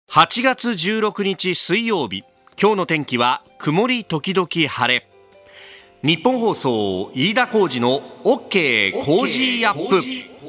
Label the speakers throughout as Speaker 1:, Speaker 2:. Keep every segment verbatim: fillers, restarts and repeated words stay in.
Speaker 1: はちがつじゅうろくにち水曜日、今日の天気は曇り時々晴れ。日本放送飯田浩司の OK 工事アップ。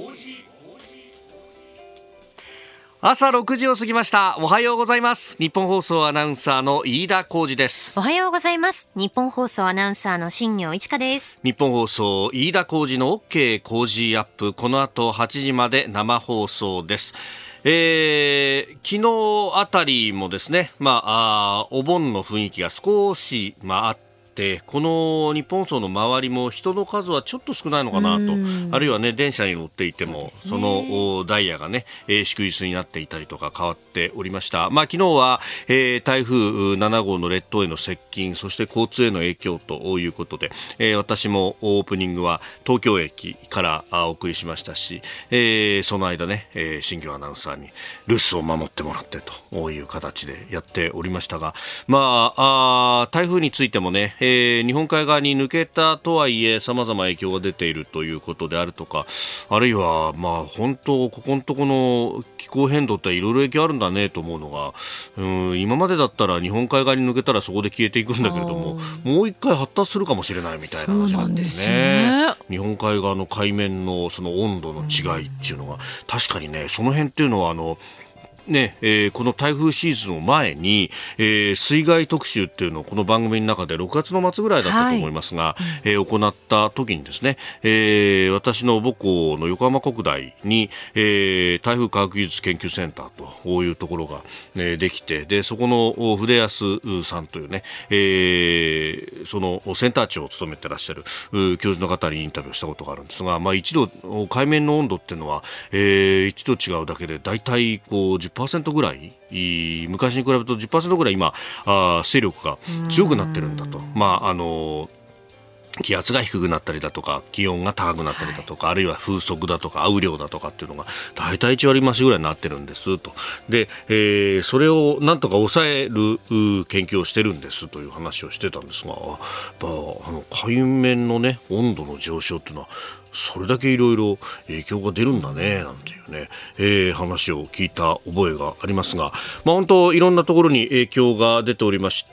Speaker 1: 朝ろくじを過ぎました。おはようございます。日本放送アナウンサーの飯田浩司です。
Speaker 2: おはようございます。日本放送アナウンサーの新業一華です。
Speaker 1: 日本放送飯田浩司の OK 工事アップ、この後はちじまで生放送です。えー、昨日あたりもですね、まあ、あお盆の雰囲気が少し、まあ、あってこの日本放送の周りも人の数はちょっと少ないのかなと、あるいはね電車に乗っていても そ,、ね、そのダイヤがね、えー、祝日になっていたりとか変わっておりました。まあ、昨日は、えー、台風ななごうの列島への接近、そして交通への影響ということで、えー、私もオープニングは東京駅からお送りしましたし、えー、その間ね、えー、新業アナウンサーに留守を守ってもらってという形でやっておりましたが、まあ、あ台風についてもね、えー、日本海側に抜けたとはいえ様々影響が出ているということであるとか、あるいはまあ本当ここのとこの気候変動っていろいろ影響あるんだねと思うのが、うん、今までだったら日本海側に抜けたらそこで消えていくんだけれども、もう一回発達するかもしれないみたいな話なんですね。そうなんですね。日本海側の海面のその温度の違いっていうのが、確かにね、その辺っていうのはあのねえー、この台風シーズンを前に、えー、水害特集っていうのをこの番組の中でろくがつの末ぐらいだったと思いますが、はい、えー、行った時にですね、えー、私の母校の横浜国大に、えー、台風科学技術研究センターというところが、えー、できて、でそこの筆安さんというね、えー、そのセンター長を務めてらっしゃる教授の方にインタビューをしたことがあるんですが、まあ、一度海面の温度っていうのは、えー、一度違うだけでだいたいこうじゅっパーセント ぐらい、昔に比べると じゅっパーセント ぐらい今あ勢力が強くなってるんだと。まああの気圧が低くなったりだとか気温が高くなったりだとか、はい、あるいは風速だとか雨量だとかっていうのがだいたいいちわり増しぐらいになってるんですと。で、えー、それをなんとか抑える研究をしてるんですという話をしてたんですが、やっぱあの海面のね温度の上昇っていうのはそれだけいろいろ影響が出るんだねなんていうね、えー、話を聞いた覚えがありますが、まあ、本当いろんなところに影響が出ておりまして、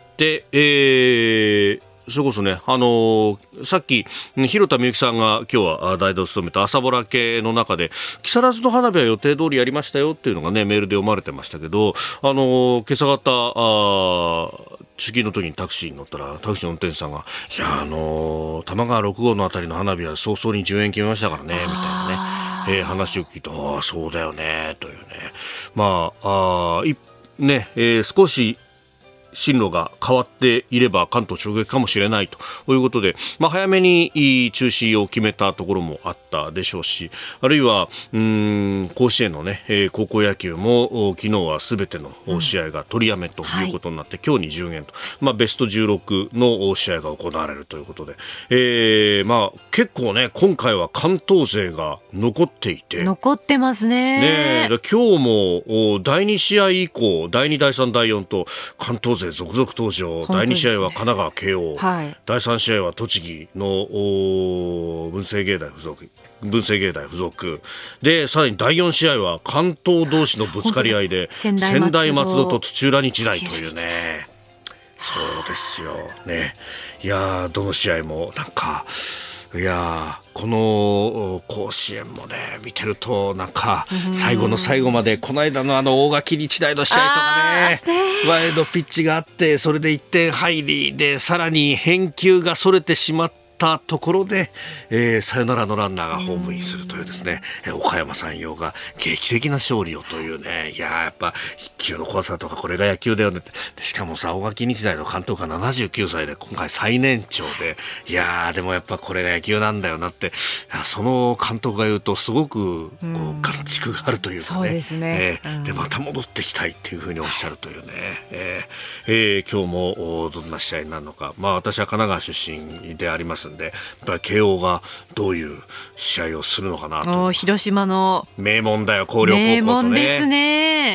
Speaker 1: えーそれこそね、あのー、さっき広田みゆきさんが今日は代打を務めた朝ぼら系の中で木更津の花火は予定通りやりましたよっていうのがねメールで読まれてましたけど、あのー、今朝方あ出勤の時にタクシーに乗ったらタクシーの運転手さんがいや、あのー、玉川ろくごうのあたりの花火は早々にじゅうえん決めましたからねみたいなね、えー、話を聞いて、ああそうだよねというね、まあ、あいね、えー、少し進路が変わっていれば関東直撃かもしれないということで、まあ、早めに中止を決めたところもあったでしょうし、あるいはうーん甲子園の、ねえー、高校野球も昨日は全ての試合が取りやめということになって、うん、今日に順延と、まあ、ベストじゅうろくの試合が行われるということで、えーまあ、結構ね今回は関東勢が残っていて
Speaker 2: 残ってます ね,
Speaker 1: ね今日もだいに試合以降だいにだいさんだいよんと関東勢続々登場、ね、だいに試合は神奈川慶応、はい、だいさん試合は栃木の文星芸大附属文星芸大附属で、さらにだいよん試合は関東同士のぶつかり合いで仙台松戸と土浦日大というね、そうですよね。いやどの試合もなんかいやこの甲子園もね見てるとなんか最後の最後までこの間のあの大垣日大の試合とかねワイルドピッチがあってそれでいってん入りでさらに返球がそれてしまったところで、えー、サヨナラのランナーがホームインするというですね、えー、岡山山陽が劇的な勝利をというね、いややっぱ一球の怖さとかこれが野球だよねって。でしかもさ大垣日大の監督がななじゅうきゅうさいで今回最年長で、いやでもやっぱこれが野球なんだよなって、いやその監督が言うとすごくこうガラチクがあるというかね、そうですね、えー、でまた戻ってきたいっていうふうにおっしゃるというね、えーえー、今日もどんな試合になるのか、まあ私は神奈川出身でありますんで、やっぱり慶応がどういう試合をするのかなと。
Speaker 2: 広島の
Speaker 1: 名門だよ広陵高校とね。
Speaker 2: 名門ですね。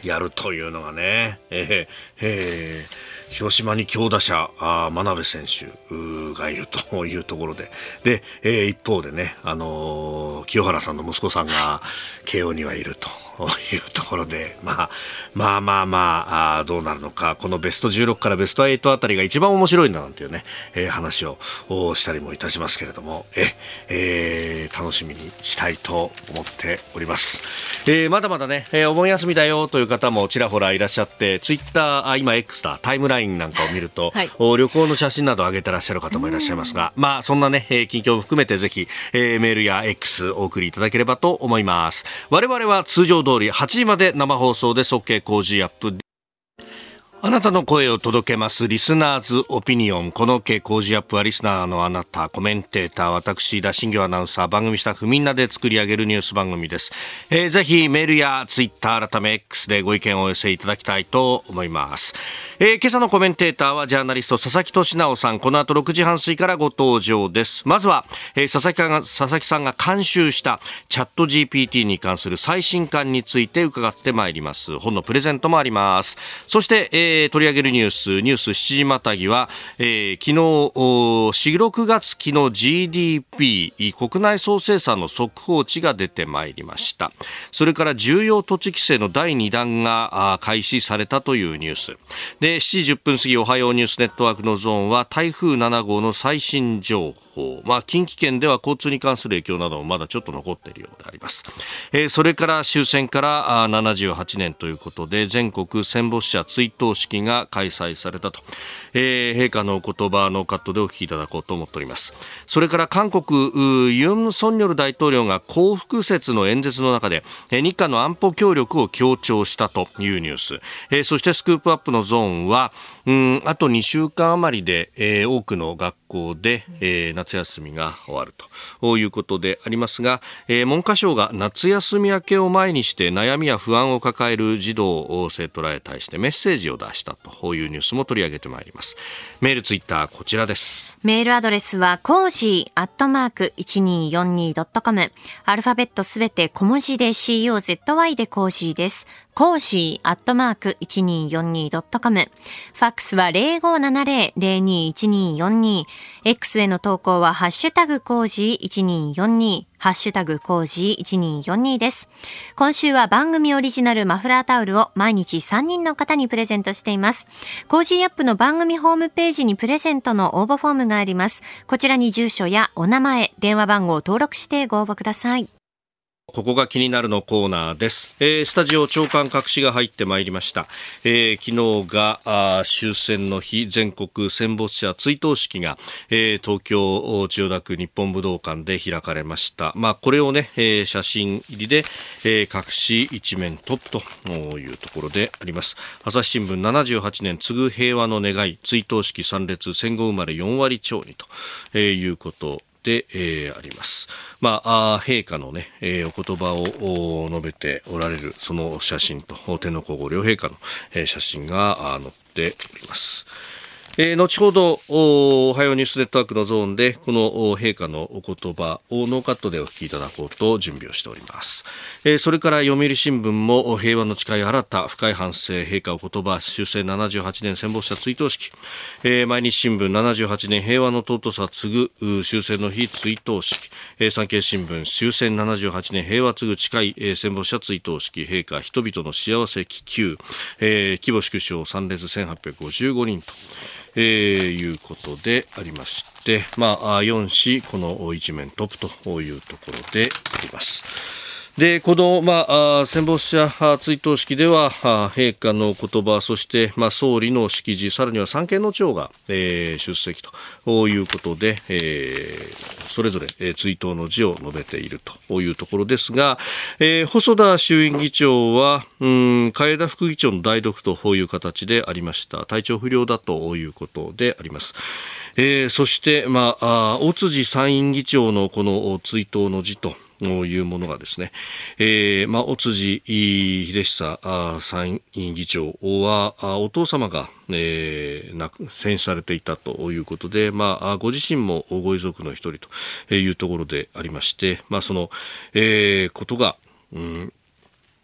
Speaker 1: やるというのがね、えーえー広島に強打者あ真鍋選手がいるというところで、で、えー、一方でね、あのー、清原さんの息子さんが慶応にはいるというところで、まあ、まあまあまあ、あどうなるのか、このベストじゅうろくからベストはちあたりが一番面白いんだなんていうね、えー、話をしたりもいたしますけれども、ええー、楽しみにしたいと思っております。えー、まだまだね、えー、お盆休みだよという方もちらほらいらっしゃって、ツイッター、あ今 X だ、タイムラインなんかを見ると、はい、旅行の写真など上げてらっしゃる方もいらっしゃいますが、まあそんなね、えー、近況を含めてぜひ、えー、メールや X お送りいただければと思います。我々は通常通りはちじまで生放送で OK 工事アップ。あなたの声を届けますリスナーズオピニオン。この OK 工事アップはリスナーのあなた、コメンテーター、私田新業アナウンサー、番組スタッフみんなで作り上げるニュース番組です。えー、ぜひメールやツイッター改め X でご意見をお寄せいただきたいと思います。えー、今朝のコメンテーターはジャーナリスト佐々木俊直さん。この後ろくじはん過ぎからご登場です。まずは、えー、佐々木が佐々木さんが監修したチャット ジーピーティー に関する最新刊について伺ってまいります。本のプレゼントもあります。そして、えー、取り上げるニュースニュースしちじまたぎは、えー、昨日よん、ろくがつ期の ジーディーピー 国内総生産の速報値が出てまいりました。それから重要土地規制のだいにだんが開始されたというニュースで、しちじじゅっぷん過ぎおはようニュースネットワークのゾーンは台風ななごうの最新情報、まあ、近畿圏では交通に関する影響などもまだちょっと残っているようであります。えー、それから終戦からななじゅうはちねんということで全国戦没者追悼式が開催されたと、えー、陛下のお言葉のカットでお聞きいただこうと思っております。それから韓国ユン・ソンニョル大統領が光復節の演説の中で日韓の安保協力を強調したというニュース、えー、そしてスクープアップのゾーンはうんあとにしゅうかん余りで、えー、多くの学校で、えー、夏休みが終わるということでありますが、えー、文科省が夏休み明けを前にして悩みや不安を抱える児童生徒らへ対してメッセージを出したというニュースも取り上げてまいります。メールツイッターこちらです。
Speaker 2: メールアドレスはコージーアットマーク いちにーよんにードットコム、 アルファベットすべて小文字で シーオーゼットワイ でコージーです。コージーアットマーク いちにーよんにードットコム、 ファックスは ゼロごーななゼロ ゼロにーいちにーよんにー、 X への投稿はハッシュタグコージーいちにーよんにー、ハッシュタグコージーいちにーよんにーです。今週は番組オリジナルマフラータオルを毎日さんにんの方にプレゼントしています。コージーアップの番組ホームページにプレゼントの応募フォームがあります。こちらに住所やお名前、電話番号を登録してご応募ください。
Speaker 1: ここが気になるのコーナーです。えー、スタジオ長官各紙が入ってまいりました。えー、昨日があ終戦の日、全国戦没者追悼式が、えー、東京千代田区日本武道館で開かれました。まあこれをね、えー、写真入りで、えー、各紙一面トップというところであります。朝日新聞ななじゅうはちねん継ぐ平和の願い、追悼式参列、戦後生まれよんわりちょうにと、えー、いうことで、えー、あります。まあ、あ陛下のね、えー、お言葉を述べておられるその写真と天皇皇后両陛下の、えー、写真が載っております。えー、後ほどおはようニュースネットワークのゾーンでこの陛下のお言葉をノーカットでお聞きいただこうと準備をしております。えー、それから読売新聞も平和の誓い新た深い反省、陛下お言葉終戦ななじゅうはちねん戦没者追悼式、えー、毎日新聞ななじゅうはちねん平和の尊さ継ぐ終戦の日追悼式、えー、産経新聞終戦ななじゅうはちねん平和継ぐ誓い、えー、戦没者追悼式、陛下人々の幸せ祈求、えー、規模縮小参列せんはっぴゃくごじゅうごにんとえー、いうことでありまして、まあ、よん紙この一面トップというところであります。でこの、まあ、戦没者追悼式では陛下の言葉、そして、まあ、総理の式辞、さらには三権の長が、えー、出席ということで、えー、それぞれ、えー、追悼の辞を述べているというところですが、えー、細田衆院議長はうん海江田副議長の代読という形でありました。体調不良だということであります。えー、そして、まあ、尾辻参院議長のこの追悼の辞というものがですね、えーまあ、尾辻秀久参院議長はお父様が、えー、戦死されていたということで、まあ、ご自身もご遺族の一人というところでありまして、まあ、その、えー、ことが、うん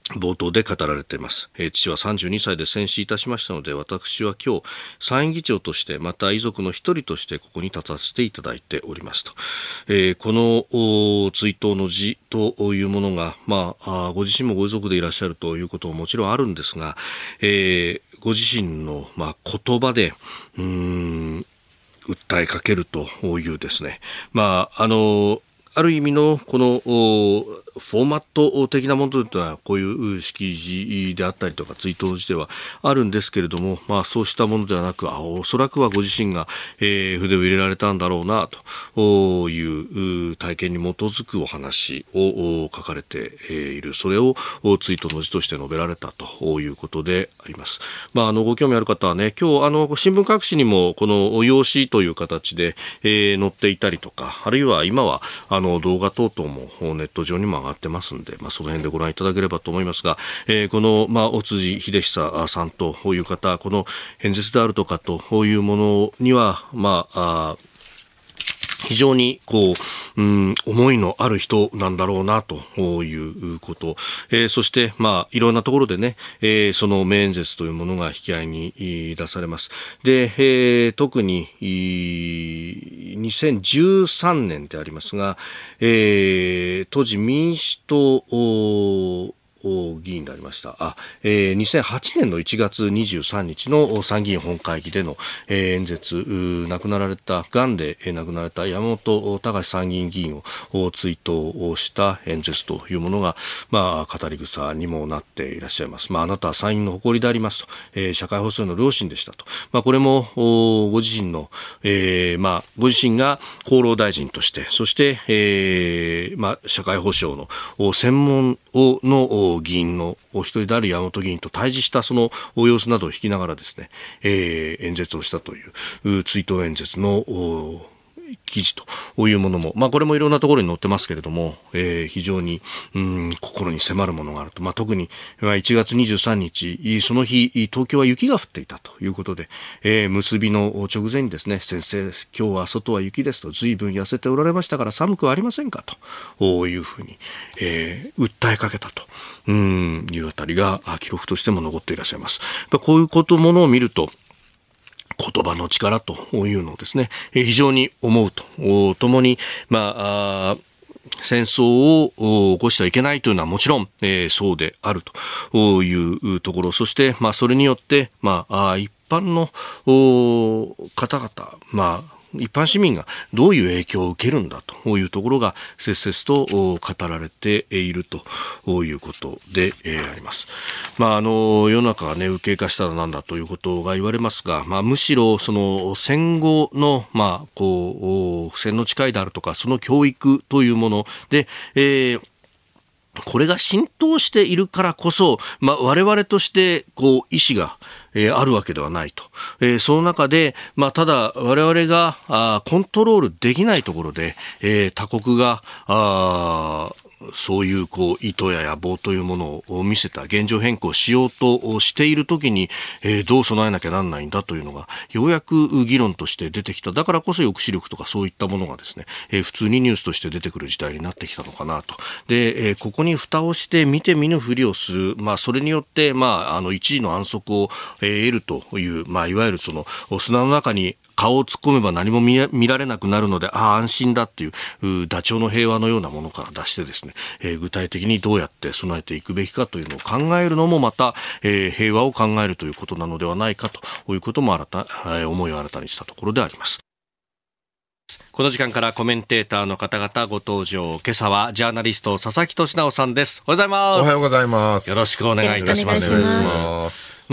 Speaker 1: 冒頭で語られています。えー、父はさんじゅうにさいで戦死いたしましたので、私は今日参院議長としてまた遺族の一人としてここに立たせていただいておりますと、えー、この追悼の辞というものが、まあ、あご自身もご遺族でいらっしゃるということももちろんあるんですが、えー、ご自身の、まあ、言葉でうーん訴えかけるというですね、まああのある意味のこのフォーマット的なものというのはこういう式辞であったりとか追悼の辞ではあるんですけれども、まあ、そうしたものではなく、あおそらくはご自身が、えー、筆を入れられたんだろうなという体験に基づくお話を書かれている、それを追悼の辞として述べられたということであります。まあ、あのご興味ある方はね、今日あの新聞各紙にもこの用紙という形で、えー、載っていたりとか、あるいは今はあの動画等々もネット上にも上がってますんで、まあ、その辺でご覧いただければと思いますが、えー、この、まあ、尾辻秀久さんという方、この演説であるとかというものには、まあ、あ非常にこう、うん、思いのある人なんだろうなということ、えー、そしてまあいろんなところでね、えー、その名演説というものが引き合いに出されます。で、えー、特ににせんじゅうさんねんでありますが、えー、当時民主党議員でありました。あ、えー、にせんはちねんのいちがつにじゅうさんにちの参議院本会議での、えー、演説、亡くなられた、がんで亡くなられた山本隆参議院議員を追悼した演説というものが、まあ、語り草にもなっていらっしゃいます。まあ、あなたは参院の誇りでありますと、えー、社会保障の良心でしたと。まあ、これも、ご自身の、えー、まあ、ご自身が厚労大臣として、そして、えー、まあ、社会保障の専門をの議員のお一人である山本議員と対峙したその様子などを引きながらですね、えー、演説をしたという追悼演説の記事というものも、まあ、これもいろんなところに載ってますけれども、えー、非常にうん心に迫るものがあると。まあ、特にいちがつにじゅうさんにち、その日東京は雪が降っていたということで、えー、結びの直前にですね、先生今日は外は雪ですと、随分痩せておられましたから寒くはありませんかというふうに、えー、訴えかけたとうんいうあたりが記録としても残っていらっしゃいます。こういうことものを見ると、言葉の力というのをですね、非常に思うとともに、まあ、戦争を起こしてはいけないというのはもちろん、えー、そうであるというところ、そして、まあ、それによって、まあ、一般の方々、まあ一般市民がどういう影響を受けるんだというところが切々と語られているということであります。まあ、あの世の中がね右傾化したらなんだということが言われますが、まあ、むしろその戦後の、まあ、こう戦の誓いであるとかその教育というもので、えーこれが浸透しているからこそ、まあ、我々としてこう意思が、えー、あるわけではないと、えー、その中で、まあ、ただ我々があコントロールできないところで、えー、他国があそういうこう意図や野望というものを見せた現状変更しようとしているときに、えー、どう備えなきゃなんないんだというのがようやく議論として出てきた。だからこそ抑止力とかそういったものがですね、えー、普通にニュースとして出てくる時代になってきたのかなと。で、えー、ここに蓋をして見て見ぬふりをする、まあ、それによって、まあ、あの一時の安息を、えー、得るという、まあ、いわゆるその砂の中に顔を突っ込めば何も 見, 見られなくなるので、ああ安心だっていうダチョウの平和のようなものから出してですね、えー、具体的にどうやって備えていくべきかというのを考えるのもまた、えー、平和を考えるということなのではないかということも新た、えー、思いを新たにしたところであります。この時間からコメンテーターの方々ご登場。今朝はジャーナリスト佐々木俊直さんです。おはようございます。
Speaker 3: おはようございます。
Speaker 1: よろしくお願いいたします。
Speaker 3: お願いします。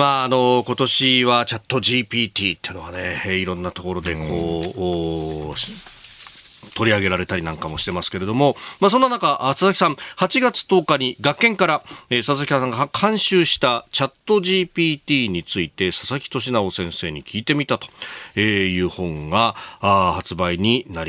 Speaker 1: まあ、あの今年はチャット ジーピーティー っていうのはね、いろんなところでこう、うん取り上げられたりなんかもしてますけれども、まあ、そんな中佐々木さんはちがつとおかに学研から、えー、佐々木さんが監修したチャット ジーピーティー について佐々木俊直先生に聞いてみたという本が発売になりました。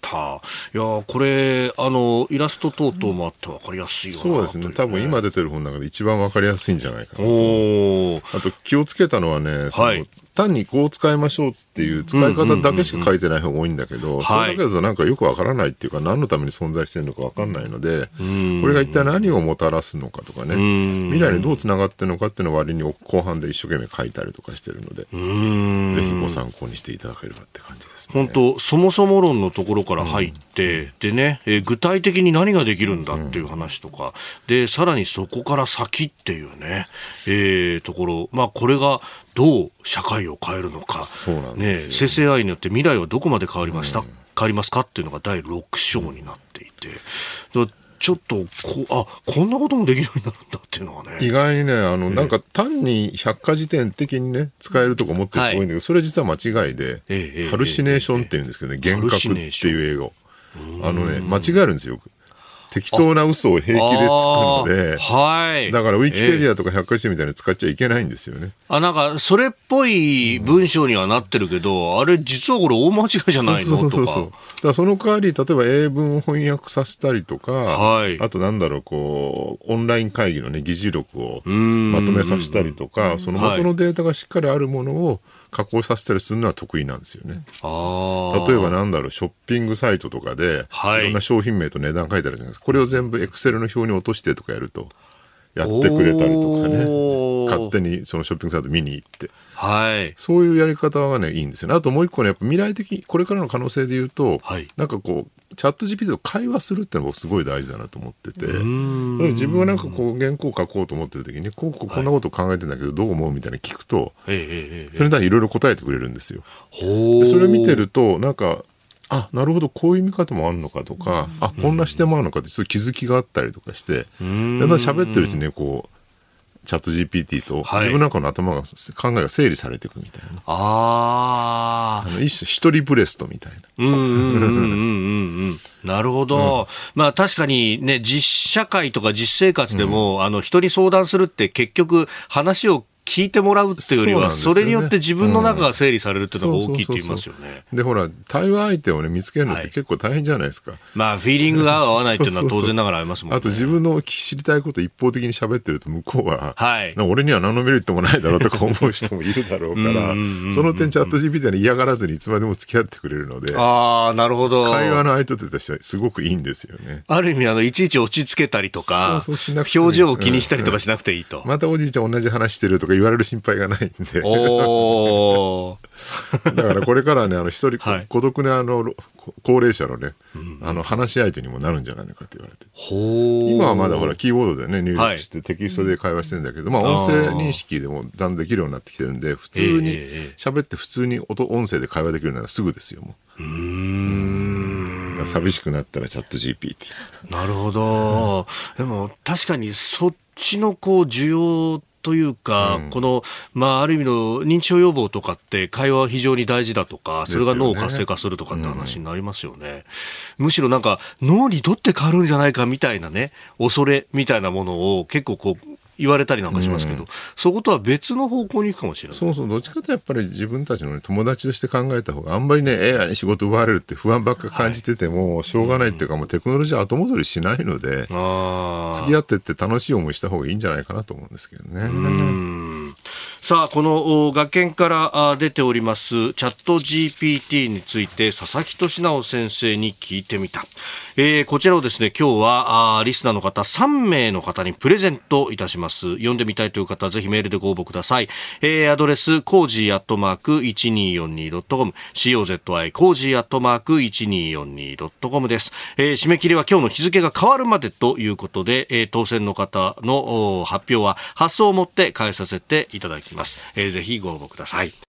Speaker 1: た。いやこれあのイラスト等々もあって分かりやすいよな、
Speaker 3: そうですね。多分今出てる本の中で一番分かりやすいんじゃないかなと。
Speaker 1: お
Speaker 3: あと気をつけたのはね、その、
Speaker 1: はい、
Speaker 3: 単にこう使いましょうっていう使い方だけしか書いてない方が多いんだけど、それだけだとなんかよくわからないっていうか、何のために存在してるのかわかんないので、これが一体何をもたらすのかとかね、未来にどうつながってるのかっていうのを割に後半で一生懸命書いたりとかしてるので、ぜひご参考にしていただければって感じですね。
Speaker 1: 本当そもそも論のところから入って、うん、でね、えー、具体的に何ができるんだっていう話とか、うん、でさらにそこから先っていうね、えー、ところ、まあこれがどう社会を変えるのか、
Speaker 3: そうなんですよ、
Speaker 1: ね、生成 エーアイ によって未来はどこまで変わりました、うん、変わりますかっていうのがだいろく章になっていて、うん、ちょっとこあこんなこともできるようになるんだっていうのはね、
Speaker 3: 意外にね、あの、えー、なんか単に百科事典的にね使えるとこ持ってる人多いんだけど、はい、それ実は間違いで、えー、ハルシネーションっていうんですけどね、幻覚っていう英語、あのね間違えるんですよよく。適当な嘘を平気でつくので、はい、だからウィキペディアとか百科事典みたいに使っちゃいけないんですよね。
Speaker 1: あ、なんかそれっぽい文章にはなってるけど、うん、あれ実はこれ大間違いじゃないのとか。そうそうそうそう。だからその代わり例えば英文を翻訳させたりとか、はい、あとなんだろうこうオンライン会議のね議事録をまとめさせたりとか、その元のデータがしっかりあるものを加工させたりするのは得意なんですよね。あ、例えばなんだろうショッピングサイトとかで、はい、いろんな商品名と値段書いてあるじゃないですか。これを全部エクセルの表に落としてとかやるとやってくれたりとかね、勝手にそのショッピングサイト見に行って、はい、そういうやり方がねいいんですよね。あともう一個ね、やっぱ未来的これからの可能性で言うと、はい、なんかこうチャット ジーピーティー と会話するってのがすごい大事だなと思ってて、自分はなんかこう原稿を書こうと思ってる時にこうこうこんなことを考えてんだけどどう思うみたいな聞くと、はい、それに対していろいろ答えてくれるんですよ。でそれを見てるとなんかあ、なるほどこういう見方もあるのかとか、あ、こんな視点もあるのかってちょっと気づきがあったりとかして、だんだん喋ってるうちにねこうチャット ジーピーティー と自分なんかの頭が考えが整理されていくみたいな、ああの一種一人ブレストみたいな、うんうんうんうんうんなるほど、うん、まあ確かにね実社会とか実生活でも、うん、あの人に相談するって結局話を聞いてもらうっていうよりは そ,、ね、それによって自分の中が整理されるっていうのが大きいって言いますよね。
Speaker 3: でほら対話相手を、ね、見つけるのって結構大変じゃないですか、はい、
Speaker 1: まあフィーリングが合う合わないっていうのは当然ながらありますもんね。
Speaker 3: そうそうそう、あと自分の知りたいこと一方的に喋ってると向こうは、はい、俺には何のメリットもないだろうとか思う人もいるだろうからその点チャット ジーピーティー に嫌がらずにいつまでも付き合ってくれるので、
Speaker 1: ああなるほど、
Speaker 3: 会話の相手としてはすごくいいんですよね。
Speaker 1: ある意味あのいちいち落ち着けたりとかそうそうしなくて、表情を気にしたりとかしなくていいと、
Speaker 3: うんうん、またおじいちゃん同じ話してるとか言われる心配がないんで
Speaker 1: お
Speaker 3: だからこれからねあの一人、はい、孤独なあの高齢者のね、うん、あの話し相手にもなるんじゃないのかって言われて、ほ今はまだほらキーボードでね入力してテキストで会話してるんだけど、はい、まあ音声認識でもだんだんできるようになってきてるんで普通に喋って普通に音音声で会話できるならすぐですよもう。うーん、うん、寂しくなったらチャット ジーピーティー
Speaker 1: なるほど、うん、でも確かにそっちのこう需要というか、うん、この、まあ、ある意味の認知症予防とかって会話は非常に大事だとか、それが脳を活性化するとかって話になりますよね。うん、むしろなんか脳にとって変わるんじゃないかみたいなね、恐れみたいなものを結構こう言われたりなんかしますけど、うん、そういうことは別の方向に行くかもしれない。
Speaker 3: そうそう、どっちかとやっぱり自分たちの、ね、友達として考えた方があんまりね エーアイ に仕事奪われるって不安ばっか感じてても、はい、しょうがないっていうか、もうテクノロジーは後戻りしないので、うん、付き合ってって楽しい思いした方がいいんじゃないかなと思うんですけどね。うん、
Speaker 1: さあこの学研から出ておりますチャット ジーピーティー について佐々木俊直先生に聞いてみた、えー、こちらをですね今日はあリスナーの方さんめいの方にプレゼントいたします。読んでみたいという方はぜひメールでご応募ください。えー、アドレスコージーアットマーク いちにーよんにードットコム コージー コージーアットマーク いちにーよんにードットコム です。えー、締め切りは今日の日付が変わるまでということで、えー、当選の方の発表は発送をもって返させていただきます。えー、ぜひご応募ください。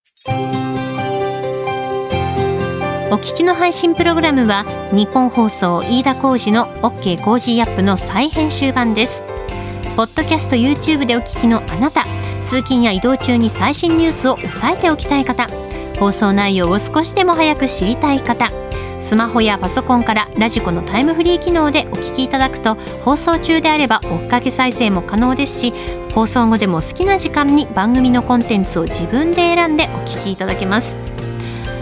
Speaker 2: お聞きの配信プログラムは日本放送飯田浩司の OK コージーアップの再編集版です。ポッドキャスト YouTube でお聞きのあなた、通勤や移動中に最新ニュースを押さえておきたい方、放送内容を少しでも早く知りたい方、スマホやパソコンからラジコのタイムフリー機能でお聞きいただくと放送中であれば追っかけ再生も可能ですし、放送後でも好きな時間に番組のコンテンツを自分で選んでお聞きいただけます。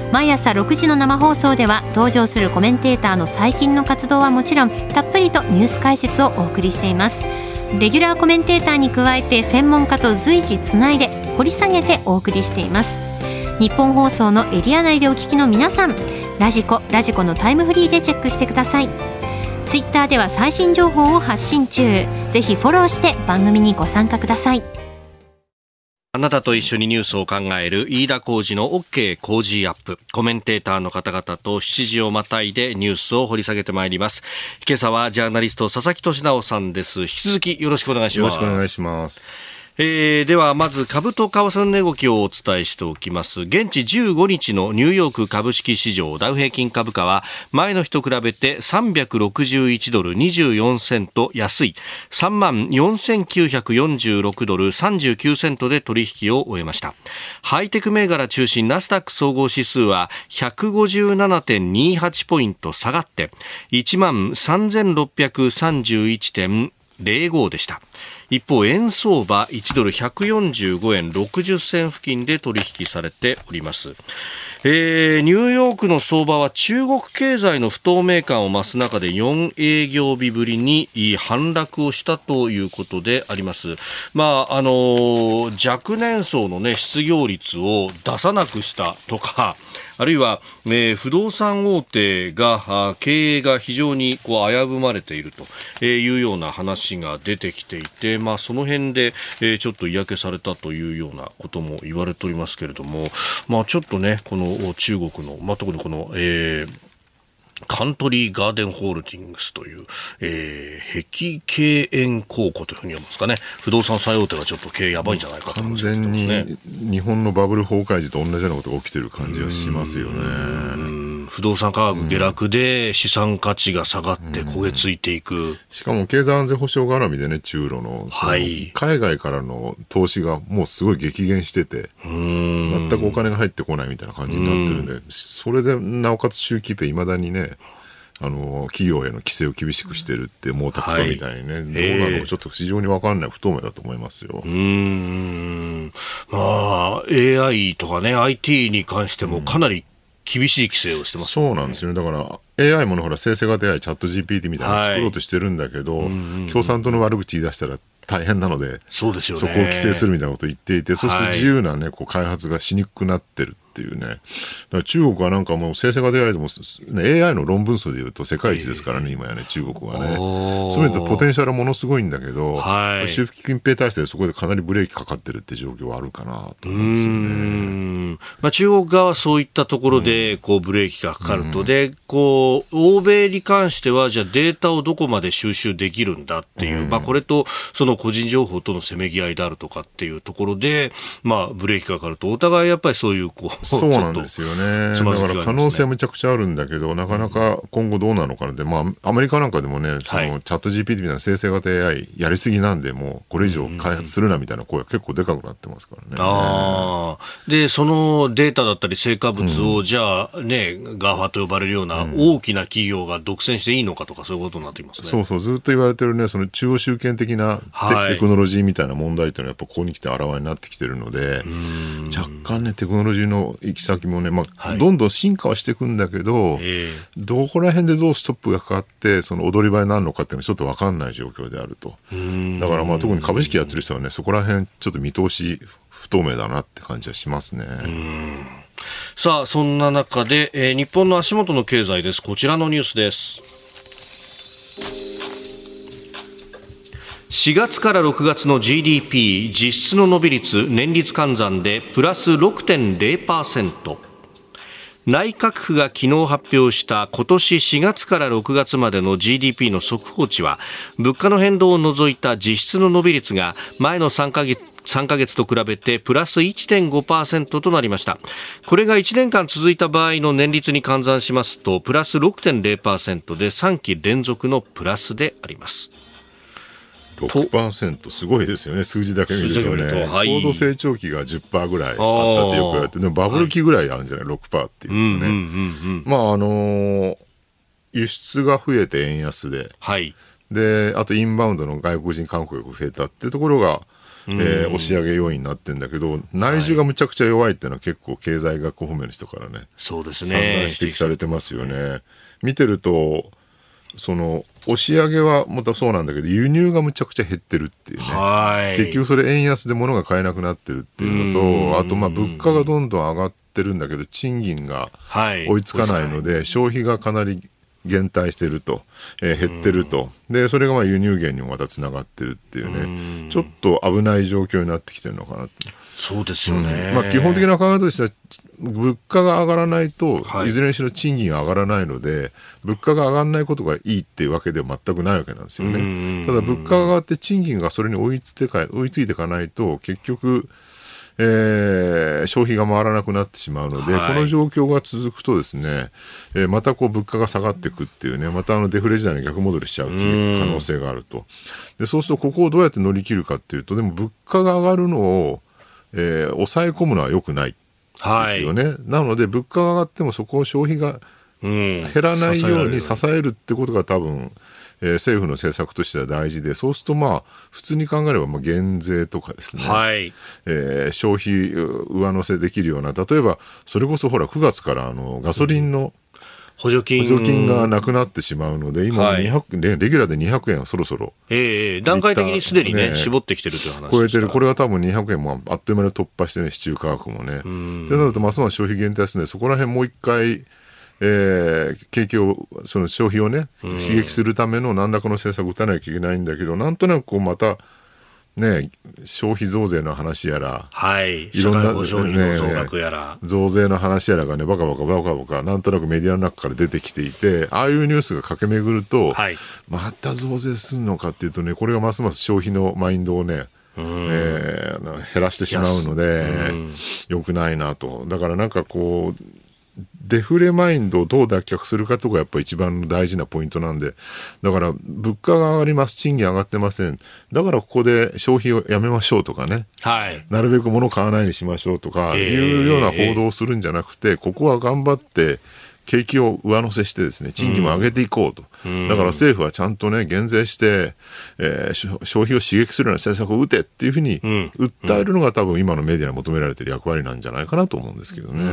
Speaker 2: 毎朝ろくじの生放送では登場するコメンテーターの最近の活動はもちろん、たっぷりとニュース解説をお送りしています。レギュラーコメンテーターに加えて専門家と随時つないで掘り下げてお送りしています。日本放送のエリア内でお聞きの皆さん、ラジコ、ラジコのタイムフリーでチェックしてください。ツイッターでは最新情報を発信中。ぜひフォローして番組にご参加ください。
Speaker 1: あなたと一緒にニュースを考える飯田浩司の OK 工事アップ。コメンテーターの方々としちじをまたいでニュースを掘り下げてまいります。今朝はジャーナリスト佐々木俊直さんです。引き続きよろしくお願いします。
Speaker 3: よろしくお願いします。
Speaker 1: えー、ではまず株と為替の値動きをお伝えしておきます。現地じゅうごにちのニューヨーク株式市場ダウ平均株価は前の日と比べてさんびゃくろくじゅういちドルにじゅうよんセント安い さんまんよんせんきゅうひゃくよんじゅうろくドルさんじゅうきゅうセントで取引を終えました。ハイテク銘柄中心ナスダック総合指数は ひゃくごじゅうななてんにはち ポイント下がって いちまんさんぜんろっぴゃくさんじゅういちてんぜろご でした。一方、円相場いちドルひゃくよんじゅうごえんろくじゅっせん付近で取引されております。えー、ニューヨークの相場は中国経済の不透明感を増す中でよん営業日ぶりに反落をしたということであります。まああのー、若年層の、ね、失業率を出さなくしたとか、あるいは、えー、不動産大手が経営が非常にこう危ぶまれているというような話が出てきていて、まあ、その辺で、えー、ちょっと嫌気されたというようなことも言われておりますけれども、まあ、ちょっとねこの中国の、まあ、特にこの、えーカントリーガーデンホールディングスという、えー、碧桂園高校というふうに読むんですかね。不動産最大手がちょっと経営やばいんじゃないかと思うんですけどね。
Speaker 3: 完全に日本のバブル崩壊時と同じようなことが起きてる感じがしますよね。
Speaker 1: うん不動産価格下落で資産価値が下がって焦げついていく。
Speaker 3: しかも経済安全保障絡みでね、中ロの、はい、海外からの投資がもうすごい激減してて、全くお金が入ってこないみたいな感じになってるんで、それでなおかつ習近平いまだにね、あの企業への規制を厳しくしてるって毛沢東みたいにね、はい、どうなのかちょっと非常に分かんない不透明だと思いますよ。
Speaker 1: うーんまあ エーアイ とかね アイティー に関してもかなり厳しい規制をしてます、ね、
Speaker 3: そうなんですよね。だから エーアイ ものほら生成型 エーアイ チャット ジーピーティー みたいなのを作ろうとしてるんだけど、はい、共産党の悪口言い出したら大変なので、
Speaker 1: そうですよね、
Speaker 3: そこを規制するみたいなことを言っていて、そうすると自由な、ね、こう開発がしにくくなってるっていうね。だから中国はなんかもう生成型 エーアイ でも、ね、エーアイ の論文数でいうと世界一ですからね、今やね、中国はね。そういう意味でポテンシャルはものすごいんだけど、はい、習近平体制でそこでかなりブレーキかかってるって状況はあるかなと思うんですよね。うーん、
Speaker 1: まあ、中国側はそういったところでこうブレーキがかかると、うん、でこう欧米に関してはじゃあデータをどこまで収集できるんだっていう、うん、まあ、これとその個人情報とのせめぎ合いであるとかっていうところで、まあ、ブレーキがかかるとお互いやっぱりそういうこう
Speaker 3: そうなんですよね。だから可能性はめちゃくちゃあるんだけど、なかなか今後どうなのかなって、まあ、アメリカなんかでもね、その、はい、チャット ジーピーティー みたいな生成型 エーアイ やりすぎなんで、もうこれ以上開発するなみたいな声が結構でかくなってますからね。
Speaker 1: あでそのデータだったり成果物を、うん、じゃあね ガーファ と呼ばれるような大きな企業が独占していいのかとか、そういうことになっていますね。
Speaker 3: そうそう、ずっと言われてるね、その中央集権的な テ,、はい、テクノロジーみたいな問題というのはやっぱここに来てあらわになってきてるので、若干ねテクノロジーの行き先もね、まあはい、どんどん進化はしていくんだけど、えー、どこら辺でどうストップがかかってその踊り場になるのかっていうのはちょっと分かんない状況であると。だからまあ特に株式やってる人はね、そこら辺ちょっと見通し不透明だなって感じはしますね。うん
Speaker 1: さあそんな中で、えー、日本の足元の経済です。こちらのニュースです。しがつからろくがつの ジーディーピー 実質の伸び率年率換算でプラス ろくてんれいパーセント。内閣府が昨日発表した今年しがつからろくがつまでの ジーディーピー の速報値は、物価の変動を除いた実質の伸び率が前の3ヶ月さんかげつと比べてプラス いってんごパーセント となりました。これがいちねんかん続いた場合の年率に換算しますとプラス ろくてんれいパーセント でさんき連続のプラスであります。
Speaker 3: ろくパーセント すごいですよね。数字だけ見るとね、はい、高度成長期が じゅっパーセント ぐらいあったってよく言われて、でもバブル期ぐらいあるんじゃない、はい、ろくパーセント っていうとね、まああのー、輸出が増えて円安で、はい、であとインバウンドの外国人観光客が増えたっていうところがえー、押し上げ要因になってるんだけど、内需がむちゃくちゃ弱いっていうのは結構経済学方面の人からね、
Speaker 1: そうですね、
Speaker 3: 散々指摘されてますよね。見てるとその押し上げはまたそうなんだけど、輸入がむちゃくちゃ減ってるっていうね、はい、結局それ円安で物が買えなくなってるっていうのと、あとまあ物価がどんどん上がってるんだけど賃金が追いつかないので、はい、消費がかなり減退してると、えー、減ってると、でそれがまあ輸入源にもまたつながってるっていうね、ちょっと危ない状況になってきてるのかなって。
Speaker 1: そうですよね、
Speaker 3: うん、まあ、基本的な考えとしては物価が上がらないと、はい、いずれにしろ賃金が上がらないので、物価が上がらないことがいいっていうわけでは全くないわけなんですよね。ただ物価が上がって賃金がそれに追いついてか、追いついていかないと結局、えー、消費が回らなくなってしまうので、はい、この状況が続くとですね、えー、またこう物価が下がっていくっていうね、またあのデフレ時代に逆戻りしちゃう可能性があると。でそうするとここをどうやって乗り切るかっていうと、でも物価が上がるのをえー、抑え込むのは良くないですよね、はい、なので物価が上がってもそこを消費が減らないように支えるってことが多分、えー、政府の政策としては大事で、そうするとまあ普通に考えればまあ減税とかですね、はい、えー、消費上乗せできるような、例えばそれこそほらくがつからあのガソリンの、うん補助金、補助金がなくなってしまうので、今にひゃく、はい、レギュラーでにひゃくえんはそろそろ、
Speaker 1: えー、段階的にすでにね、絞ってきてるという話でした。
Speaker 3: 超えてる、これは多分にひゃくえんもあっという間に突破してね、市中価格もね。となると、ますます消費減退するので、そこら辺もう一回、えー、景気を、その消費をね、刺激するための何らかの政策を打たなきゃいけないんだけど、なんとなくこうまた、ね、消費増税の話やら、
Speaker 1: はい、いろんな、社会保障費の増額やら、
Speaker 3: ね、増税の話やらがね、バカバカバカバカ、なんとなくメディアの中から出てきていて、ああいうニュースが駆け巡ると、はい、また増税するのかっていうとね、これがますます消費のマインドをね、えー、減らしてしまうので、良くないなと。だからなんかこう、デフレマインドをどう脱却するかとかやっぱり一番大事なポイントなんで、だから物価が上がります、賃金上がってません、だからここで消費をやめましょうとかね、はい、なるべく物を買わないようにしましょうとかいうような報道をするんじゃなくて、ここは頑張って景気を上乗せしてですね、賃金も上げていこうと、うん、だから政府はちゃんとね減税して、えー、消費を刺激するような政策を打てっていうふうに訴えるのが多分今のメディアに求められている役割なんじゃないかなと思うんですけどね。うん、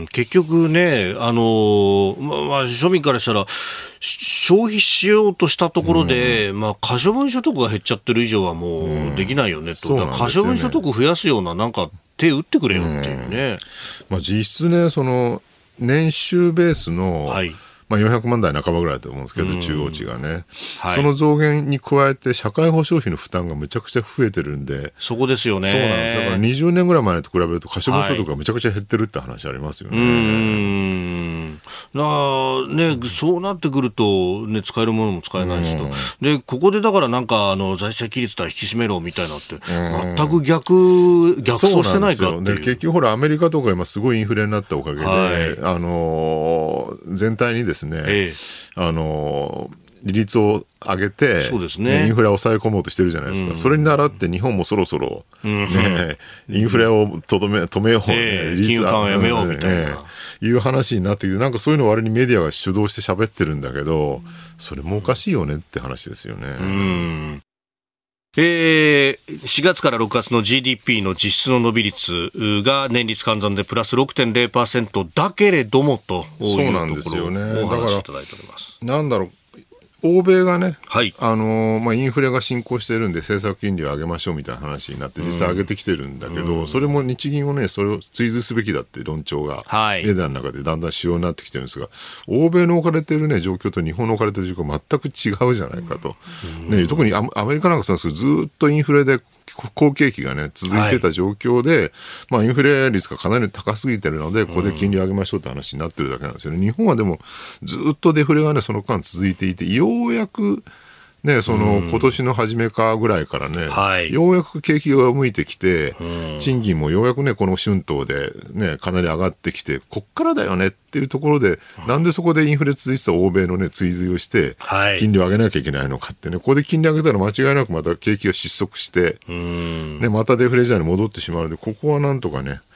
Speaker 1: 結局ね、あのーままあ、庶民からしたら消費しようとしたところで、うんまあ、可処分所得が減っちゃってる以上はもうできないよねと、うん、可処分所得増やすようななんか手打ってくれよっていうね、
Speaker 3: うんまあ、実質ねその年収ベースの、はいまあ、よんひゃくまん台半ばぐらいだと思うんですけど、中央値がね、はい、その増減に加えて社会保障費の負担がむちゃくちゃ増えてるんで、
Speaker 1: そこですよね。
Speaker 3: そうなんです。だからにじゅうねんぐらい前と比べると可処分所得がむちゃくちゃ減ってるって話ありますよね。はい、う
Speaker 1: ーんなね、そうなってくると、ね、使えるものも使えないしと、でここでだからなんかあの財政規律とは引き締めろみたいなって全く逆逆走してないかっていう。
Speaker 3: で結局ほらアメリカとか今すごいインフレになったおかげで、はい、あの全体にですね、ええ、あの利率を上げて、そうですね、インフレを抑え込もうとしてるじゃないですか、うん、それに倣って日本もそろそろ、ねうん、インフレをとどめ止めよう、ね
Speaker 1: えー、利率緩和やめようみたいな、え
Speaker 3: ー、いう話になってきて、なんかそういうの割にメディアが主導して喋ってるんだけど、それもおかしいよねって話ですよね。うん
Speaker 1: えー、しがつからろくがつの ジーディーピー の実質の伸び率が年率換算でプラス ろくてんゼロパーセント だけれどもというところを
Speaker 3: そうなんですよね。
Speaker 1: お話しいただいております。
Speaker 3: なんだろう、欧米がね、はいあのーまあ、インフレが進行しているんで政策金利を上げましょうみたいな話になって実際上げてきてるんだけど、うん、それも日銀をねそれを追随すべきだって論調がメディアの中でだんだん主要になってきてるんですが、欧米の置かれている、ね、状況と日本の置かれている状況は全く違うじゃないかと、うんね、特にアメリカなんかそうですけどずっとインフレで好景気がね続いてた状況で、はいまあ、インフレ率がかなり高すぎてるのでここで金利上げましょうって話になってるだけなんですよね。日本はでもずっとデフレがねその間続いていて、ようやくね、その今年の初めかぐらいからね、はい、ようやく景気が向いてきて、賃金もようやくねこの春闘でねかなり上がってきて、こっからだよねっていうところで、なんでそこでインフレ続いてた欧米のね追随をして金利を上げなきゃいけないのかってね、ここで金利上げたら間違いなくまた景気が失速して、ねまたデフレ時代に戻ってしまうので、ここはなんとかね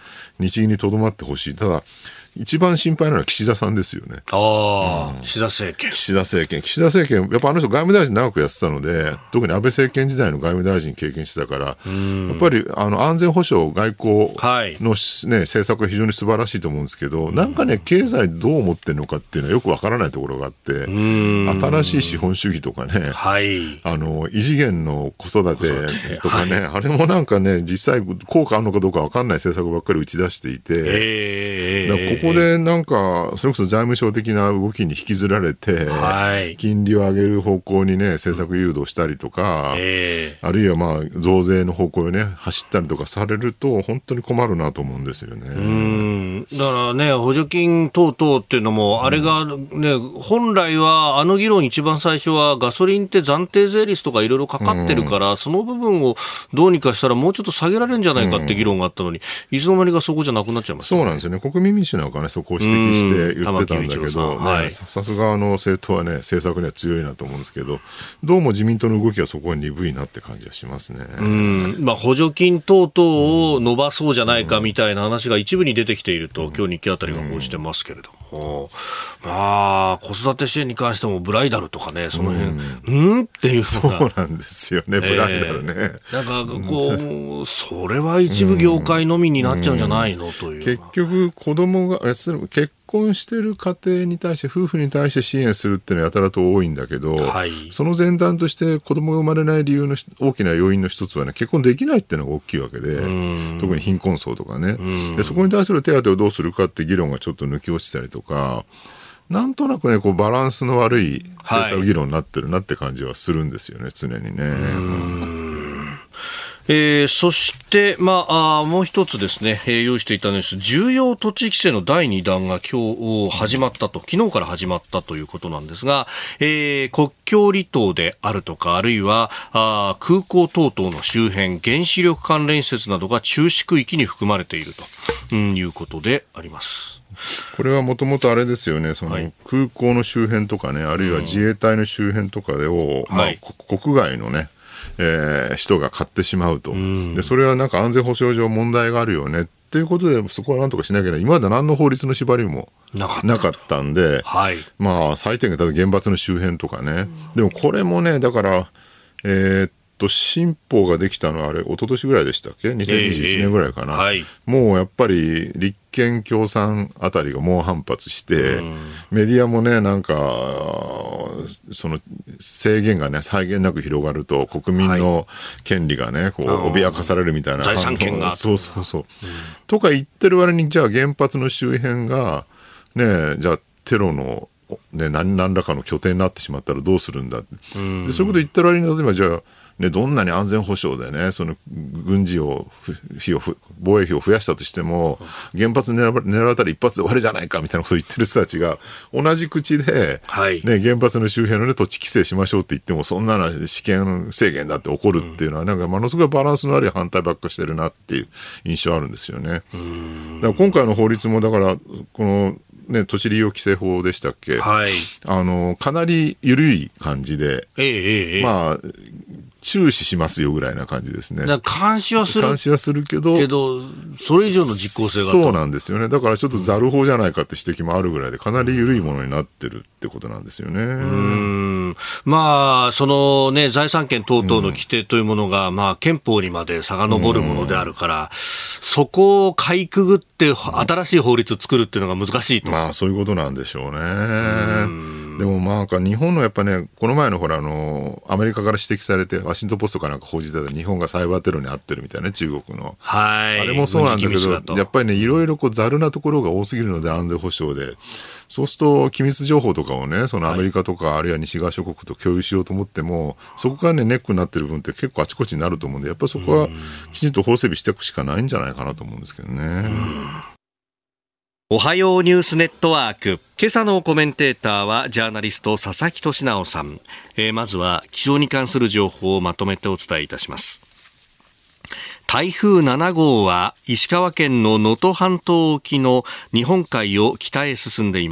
Speaker 3: 日銀にとどまってほしい。ただ一番心配なのは岸田さんですよね。
Speaker 1: ああ、
Speaker 3: うん、
Speaker 1: 岸田政権。
Speaker 3: 岸田政権。岸田政権、やっぱあの人外務大臣長くやってたので、特に安倍政権時代の外務大臣経験してたから、やっぱりあの安全保障、外交の、ね、政策が非常に素晴らしいと思うんですけど、なんかね、経済どう思ってるのかっていうのはよくわからないところがあって、新しい資本主義とかね、
Speaker 1: はい、
Speaker 3: あの異次元の子育てとかね、はい、あれもなんかね、実際効果あるのかどうかわかんない政策ばっかり打ち出していて、
Speaker 1: えー、
Speaker 3: だからここでなんかそれこそ財務省的な動きに引きずられて、はい、金利を上げる方向にね政策誘導したりとか、えー、あるいはまあ増税の方向にね走ったりとかされると本当に困るなと思うんですよね。
Speaker 1: うん、だからね、補助金等々っていうのもあれがね、うん、本来はあの議論一番最初はガソリンって暫定税率とかいろいろかかってるから、うん、その部分をどうにかしたらもうちょっと下げられるんじゃないかって議論があったのに、うん、いつの間にかそこじゃなくなっちゃいましたね。
Speaker 3: そうなんですよね。国民民主なんかねそこを指摘して言ってたんだけど、はい、さすがの政党はね政策には強いなと思うんですけど、どうも自民党の動きはそこは鈍いなって感じがしますね。
Speaker 1: うん、まあ、補助金等々を伸ばそうじゃないかみたいな話が一部に出てきていると、うん、今日日経あたりが報じてますけれども、うん、まあ子育て支援に関してもブライダルとかね、その辺、うん、うんっていうのが
Speaker 3: そうなんですよね、ブライダルね、
Speaker 1: えー、なんかこうそれは一部業界のみになっちゃうんじゃないの、うん、という。
Speaker 3: 結局子供が結婚している家庭に対して夫婦に対して支援するっていうのはやたらと多いんだけど、はい、その前段として子供が生まれない理由の大きな要因の一つはね、結婚できないっていうのが大きいわけで、特に貧困層とかね、でそこに対する手当をどうするかって議論がちょっと抜き落ちたりとか、なんとなくねこうバランスの悪い政策議論になってるなって感じはするんですよね、常にね。
Speaker 1: えー、そして、まあ、あもう一つですね、えー、用意していたニュース、重要土地規制のだいに弾が今日始まったと、昨日から始まったということなんですが、えー、国境離島であるとか、あるいはあ空港等々の周辺、原子力関連施設などが中止区域に含まれていると、うん、いうことであります。
Speaker 3: これはもともとあれですよね、その空港の周辺とかね、あるいは自衛隊の周辺とかでを、うんまあはい、国外のねえー、人が買ってしまうと、うん、でそれはなんか安全保障上問題があるよねということで、そこはなんとかしなきゃいけない。今まで何の法律の縛りもなかった、なかったんで、はい、まあ最低限例えば原発の周辺とかね、うん、でもこれもねだからえー、っと新法ができたのはあれ一昨年ぐらいでしたっけ、にせんにじゅういちねんぐらいかな、えーはい、もうやっぱり立憲共産あたりが猛反発して、うん、メディアもねなんかその制限がね際限なく広がると国民の権利がね、はい、こう脅かされるみたいな、
Speaker 1: 財産権が
Speaker 3: そうそうそう、うん、とか言ってる割にじゃあ原発の周辺がねじゃあテロのね、何, 何らかの拠点になってしまったらどうするんだ、うん、でそういうこと言ったら割に例えばじゃあ、ね、どんなに安全保障でねその軍事を費を防衛費を増やしたとしても原発狙われたら一発で終わりじゃないかみたいなことを言ってる人たちが同じ口で、はいね、原発の周辺の、ね、土地規制しましょうって言ってもそんなの試験制限だって起こるっていうのは、うん、なんかものすごいバランスの悪い反対ばっかしてるなっていう印象あるんですよね。うんだから今回の法律もだからこのね、土地利用規制法でしたっけ、はい、あのかなり緩い感じで、ええええ、まあ注視しますよぐらいな感じですね。
Speaker 1: だから監視はする
Speaker 3: 監視はするけど
Speaker 1: けどそれ以上の実効性が
Speaker 3: そうなんですよね。だからちょっとザル法じゃないかって指摘もあるぐらいでかなり緩いものになってるってことなんですよね。うー
Speaker 1: んまあそのね財産権等々の規定というものが、うん、まあ憲法にまで遡るものであるから、そこをかいくぐって新しい法律を作るっていうのが難しいと。
Speaker 3: まあそういうことなんでしょうね。うでもまあ日本のやっぱねこの前のほらあのアメリカから指摘されてワシントンポストかなんか報じてた日本がサイバーテロに遭ってるみたいなね中国の、はい、あれもそうなんだけどやっぱりねいろいろこうざるなところが多すぎるので安全保障でそうすると機密情報とかをねそのアメリカとか、はい、あるいは西側諸国と共有しようと思ってもそこがねネックになってる分って結構あちこちになると思うんでやっぱりそこはきちんと法整備していくしかないんじゃないかなと思うんですけどね。
Speaker 1: おはようニュースネットワーク、今朝のコメンテーターはジャーナリスト佐々木俊直さん、えー、まずは気象に関する情報をまとめてお伝えいたします。台風なな号は石川県の能登半島沖の日本海を北へ進んでいます。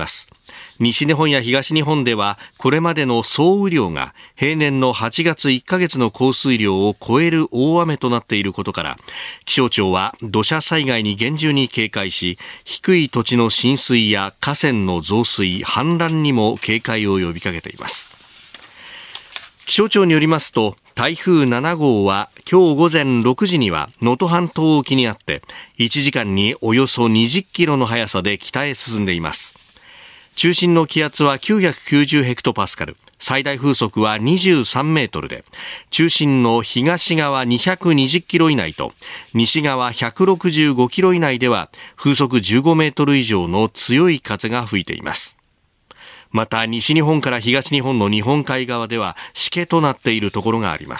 Speaker 1: 西日本や東日本ではこれまでの総雨量が平年のはちがついっかげつの降水量を超える大雨となっていることから、気象庁は土砂災害に厳重に警戒し、低い土地の浸水や河川の増水、氾濫にも警戒を呼びかけています。気象庁によりますと、台風ななごうは今日午前ろくじには能登半島沖にあって、いちじかんにおよそにじゅっキロの速さで北へ進んでいます。中心の気圧はきゅうひゃくきゅうじゅうヘクトパスカル、最大風速はにじゅうさんメートルで、中心の東側にひゃくにじゅっキロ以内と西側ひゃくろくじゅうごキロ以内では風速じゅうごメートル以上の強い風が吹いています。また西日本から東日本の日本海側ではしけとなっているところがあります。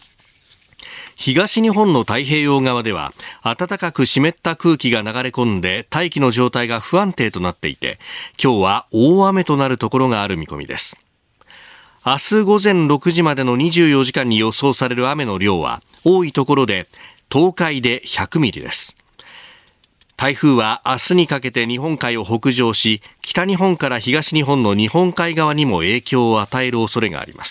Speaker 1: 東日本の太平洋側では暖かく湿った空気が流れ込んで大気の状態が不安定となっていて、今日は大雨となるところがある見込みです。明日午前ろくじまでのにじゅうよじかんに予想される雨の量は多いところで東海でひゃくミリです。台風は明日にかけて日本海を北上し、北日本から東日本の日本海側にも影響を与える恐れがあります。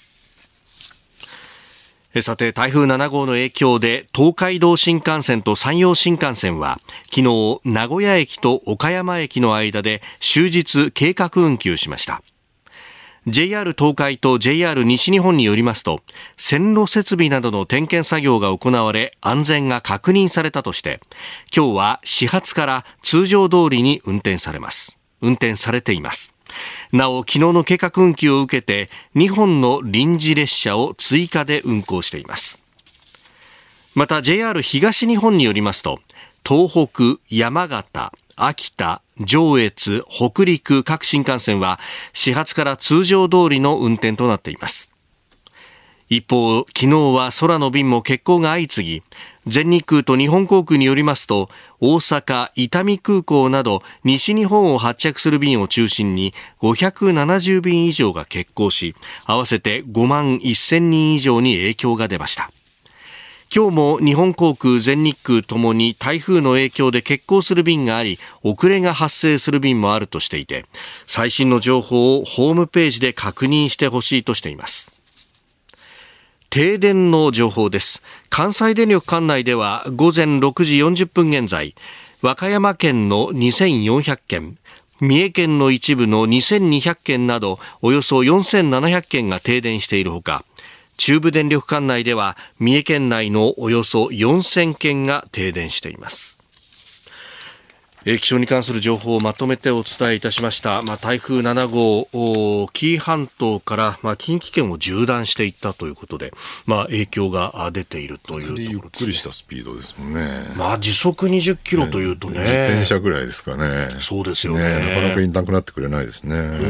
Speaker 1: さて、台風ななごうの影響で東海道新幹線と山陽新幹線は昨日名古屋駅と岡山駅の間で終日計画運休しました。 ジェイアール 東海と ジェイアール 西日本によりますと、線路設備などの点検作業が行われ安全が確認されたとして、今日は始発から通常通りに運転されます運転されています。なお、昨日の計画運休を受けてにほんの臨時列車を追加で運行しています。また ジェイアール 東日本によりますと、東北、山形、秋田、上越、北陸各新幹線は始発から通常通りの運転となっています。一方、昨日は空の便も欠航が相次ぎ、全日空と日本航空によりますと、大阪、伊丹空港など西日本を発着する便を中心にごひゃくななじゅうびん以上が欠航し、合わせてごまんせんにん以上に影響が出ました。今日も日本航空、全日空ともに台風の影響で欠航する便があり、遅れが発生する便もあるとしていて、最新の情報をホームページで確認してほしいとしています。停電の情報です。関西電力管内では午前ろくじよんじゅっぷん現在、和歌山県のにせんよんひゃくけん、三重県の一部のにせんにひゃくけんなどおよそよんせんななひゃくけんが停電しているほか、中部電力管内では三重県内のおよそよんせんけんが停電しています。え気象に関する情報をまとめてお伝えいたしました。まあ、台風ななごう、紀伊半島から、まあ、近畿圏を縦断していったということで、まあ、影響が出ているというところですね。
Speaker 3: ゆっくりしたスピードですもんね。
Speaker 1: まあ、時速にじゅっキロというとね、
Speaker 3: 自転車ぐらいですかね。
Speaker 1: そうですよね。
Speaker 3: ね、なかなかいなくなってくれないですね。
Speaker 1: うん、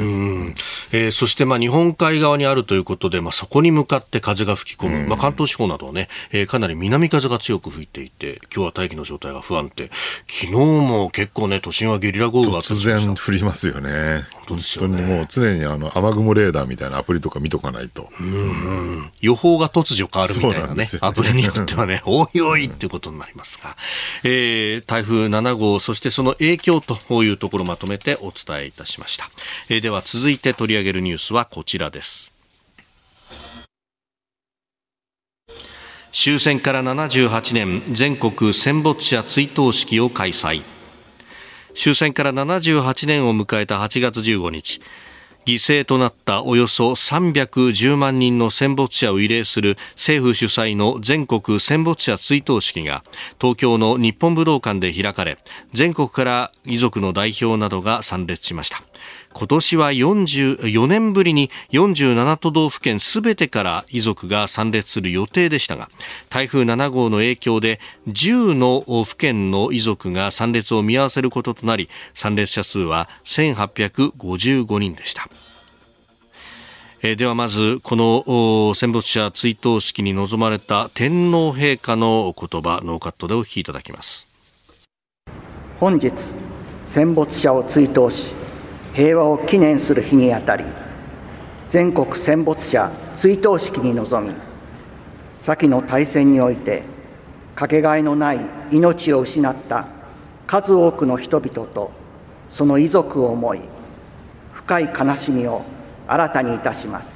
Speaker 1: えー、そして、まあ、日本海側にあるということで、まあ、そこに向かって風が吹き込む、まあ、関東地方などはね、えー、かなり南風が強く吹いていて、今日は大気の状態が不安定。昨日も結構ね、都心はゲリラ豪雨が
Speaker 3: 突然降りますよね。本当ですよね。本当にもう常にあの雨雲レーダーみたいなアプリとか見とかないと。
Speaker 1: うんうん、予報が突如変わるみたいなね、ねアプリによってはね、おいおいっていうことになりますが、えー、台風ななごう、そしてその影響というところをまとめてお伝えいたしました。えー、では続いて取り上げるニュースはこちらです。終戦からななじゅうはちねん、全国戦没者追悼式を開催。終戦からななじゅうはちねんを迎えたはちがつじゅうごにち、犠牲となったおよそさんびゃくじゅうまんにんの戦没者を慰霊する政府主催の全国戦没者追悼式が東京の日本武道館で開かれ、全国から遺族の代表などが参列しました。今年はよんじゅうよねんぶりによんじゅうななとどうふけんすべてから遺族が参列する予定でしたが、台風ななごうの影響でじゅうの府県の遺族が参列を見合わせることとなり、参列者数はせんはっぴゃくごじゅうごにんでした。えー、ではまずこの戦没者追悼式に臨まれた天皇陛下の言葉、ノーカットでお聞きいただきます。
Speaker 4: 本日戦没者を追悼し平和を記念する日にあたり、全国戦没者追悼式に臨み、先の大戦においてかけがえのない命を失った数多くの人々とその遺族を思い深い悲しみを新たにいたします。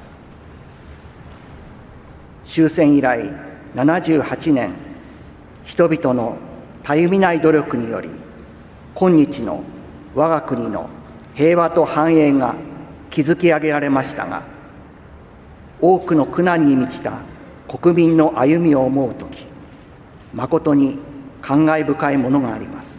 Speaker 4: 終戦以来ななじゅうはちねん、人々のたゆみない努力により、今日の我が国の平和と繁栄が築き上げられましたが、多くの苦難に満ちた国民の歩みを思うとき、誠に感慨深いものがあります。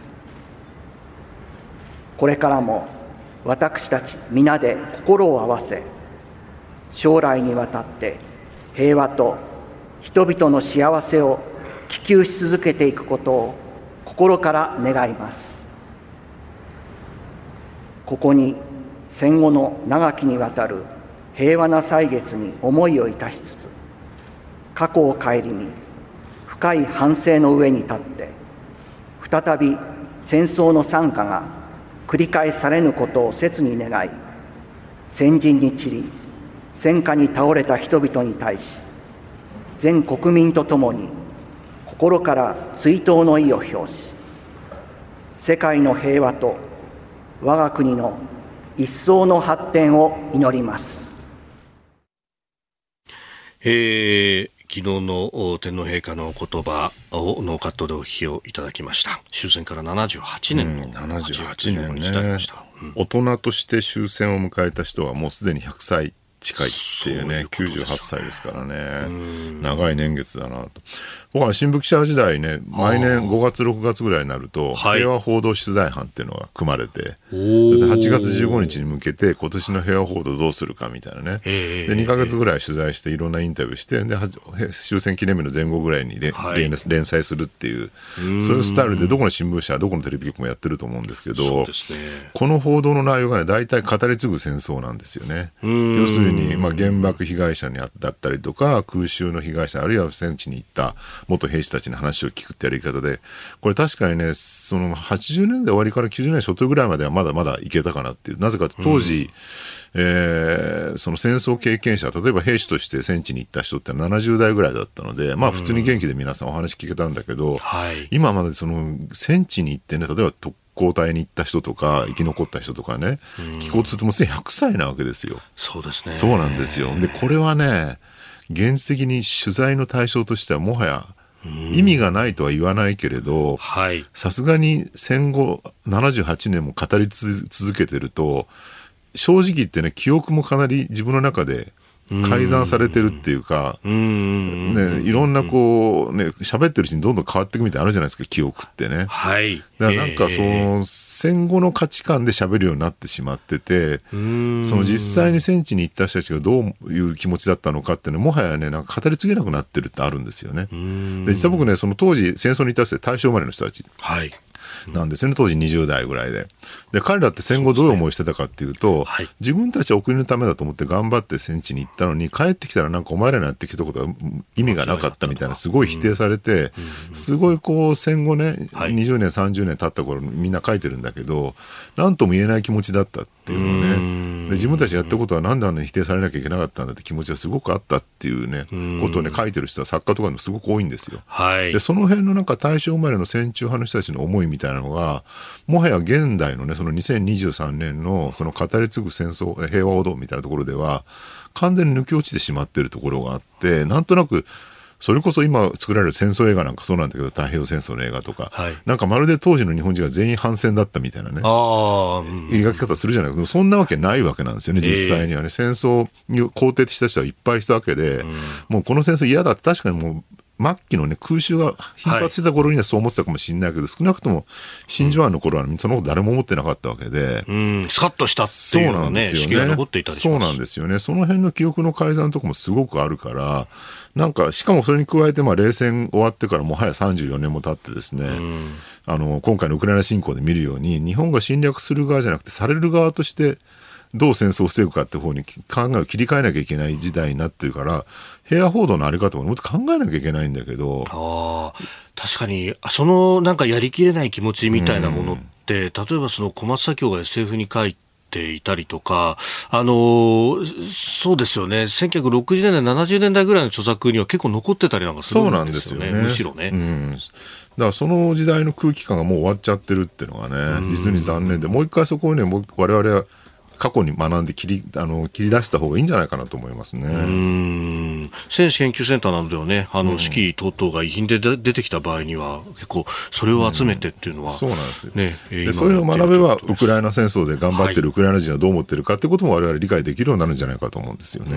Speaker 4: これからも私たち皆で心を合わせ、将来にわたって平和と人々の幸せを希求し続けていくことを心から願います。ここに戦後の長きにわたる平和な歳月に思いをいたしつつ、過去を顧み深い反省の上に立って、再び戦争の惨禍が繰り返されぬことを切に願い、戦陣に散り戦火に倒れた人々に対し、全国民とともに心から追悼の意を表し、世界の平和と我が国の一層の発展を祈ります。
Speaker 1: えー昨日の天皇陛下の言葉をノーカットでお聞きをいただきました。終戦からななじゅうはちねんの、
Speaker 3: うん、ななじゅうはちねんね、うん、大人として終戦を迎えた人はもうすでにひゃくさい近いっていうね、きゅうじゅうはっさいですからね、長い年月だなと。僕は新聞記者時代ね、毎年ごがつろくがつぐらいになると平和報道取材班っていうのが組まれて、はちがつじゅうごにちに向けて今年の平和報道どうするかみたいなね、でにかげつぐらい取材していろんなインタビューして、で終戦記念日の前後ぐらいに 連,、はい、連載するっていう、そういうスタイルでどこの新聞社どこのテレビ局もやってると思うんですけど、
Speaker 1: そうですね、
Speaker 3: この報道の内容がね、大体語り継ぐ戦争なんですよね。要するに、まあ、原爆被害者にだったりとか空襲の被害者、あるいは戦地に行った元兵士たちの話を聞くってやり方で、これ確かにね、そのはちじゅうねんだい終わりからきゅうじゅうねんだい初頭ぐらいまではまだまだいけたかなっていう。なぜかと当時、うん、えー、その戦争経験者、例えば兵士として戦地に行った人ってななじゅうだいぐらいだったので、まあ普通に元気で皆さんお話聞けたんだけど、うん、はい、今までその戦地に行ってね、例えば特攻隊に行った人とか生き残った人とかね、聞こうとするともうすでにひゃくさいなわけですよ。
Speaker 1: そうですね。
Speaker 3: そうなんですよ。でこれはね、現実的に取材の対象としてはもはや意味がないとは言わないけれど、さすがに戦後ななじゅうはちねんも語り続けてると、正直言ってね、記憶もかなり自分の中で改ざんされてるっていうか、ね、いろんなこうね、喋ってるうちにどんどん変わっていくみたいなのあるじゃないですか、記憶ってね。はい。だからなんかその戦後の価値観で喋るようになってしまってて、その実際に戦地に行った人たちがどういう気持ちだったのかっていうのもはやね、なんか語り継げなくなってるってあるんですよね。で実は僕ね、その当時戦争にいた人で大正生まれの人たち。はい。なんですよね、当時にじゅうだいぐらいで。で彼らって戦後どういう思いしてたかっていうと、う、ね、はい、自分たちはお国のためだと思って頑張って戦地に行ったのに、帰ってきたらなんかお前らのやってきたことが意味がなかったみたいな、すごい否定されて、うん、すごいこう戦後ね、はい、にじゅうねんさんじゅうねん経った頃みんな書いてるんだけど、なんとも言えない気持ちだったっていうのね。で自分たちやったことはなんであんなに否定されなきゃいけなかったんだって気持ちがすごくあったっていうね、ことをね書いてる人は作家とかでもすごく多いんですよ。はい、でその辺のなんか大正生まれの戦中派の人たちの思いみたいなのが、もはや現代のね、そのにせんにじゅうさんねんのその語り継ぐ戦争平和報道みたいなところでは完全に抜け落ちてしまっているところがあって、なんとなくそれこそ今作られる戦争映画なんかそうなんだけど、太平洋戦争の映画とか、はい、なんかまるで当時の日本人が全員反戦だったみたいなね、あ、うん、描き方するじゃないですか。そんなわけないわけなんですよね、実際にはね。えー、戦争に肯定した人はいっぱいしたわけで、うん、もうこの戦争嫌だって、確かにもう末期の、ね、空襲が頻発してた頃にはそう思ってたかもしれないけど、はい、少なくとも真珠湾の頃はそのこと誰も思ってなかったわけで、うん、スカッとしたっていうのがね、式が残っていたりします。そうなんですよね。その辺の記憶の改ざんとかもすごくあるから、なんかしかもそれに加えて、まあ冷戦終わってからもはやさんじゅうよねんも経ってですね、うん、あの今回のウクライナ侵攻で見るように、日本が侵略する側じゃなくてされる側としてどう戦争を防ぐかって方に考えを切り替えなきゃいけない時代になってるから、平和報道のあり方ももっと考えなきゃいけないんだけど。あ、確かにそのなんかやりきれない気持ちみたいなものって、うん、例えばその小松左京が エスエフ に書いていたりとか、あのそうですよね、せんきゅうひゃくろくじゅうねんだいななじゅうねんだいぐらいの著作には結構残ってたりなんかするんですよね。そうなんですよね、むしろね、うん、だからその時代の空気感がもう終わっちゃってるっていうのがね、実に残念で、もう一回そこをね、我々は過去に学んで切り、あの、切り出した方がいいんじゃないかなと思いますね。う
Speaker 1: ん。戦士研究センターなどではね、あの、指揮等々が遺品で出てきた場合には、結構、それを集めてっていうのは、
Speaker 3: うん、そうなんですよ。
Speaker 1: ね、
Speaker 3: でそういうのを学べば、ウクライナ戦争で頑張ってるウクライナ人はどう思ってるかってことも我々理解できるようになるんじゃないかと思うんですよね。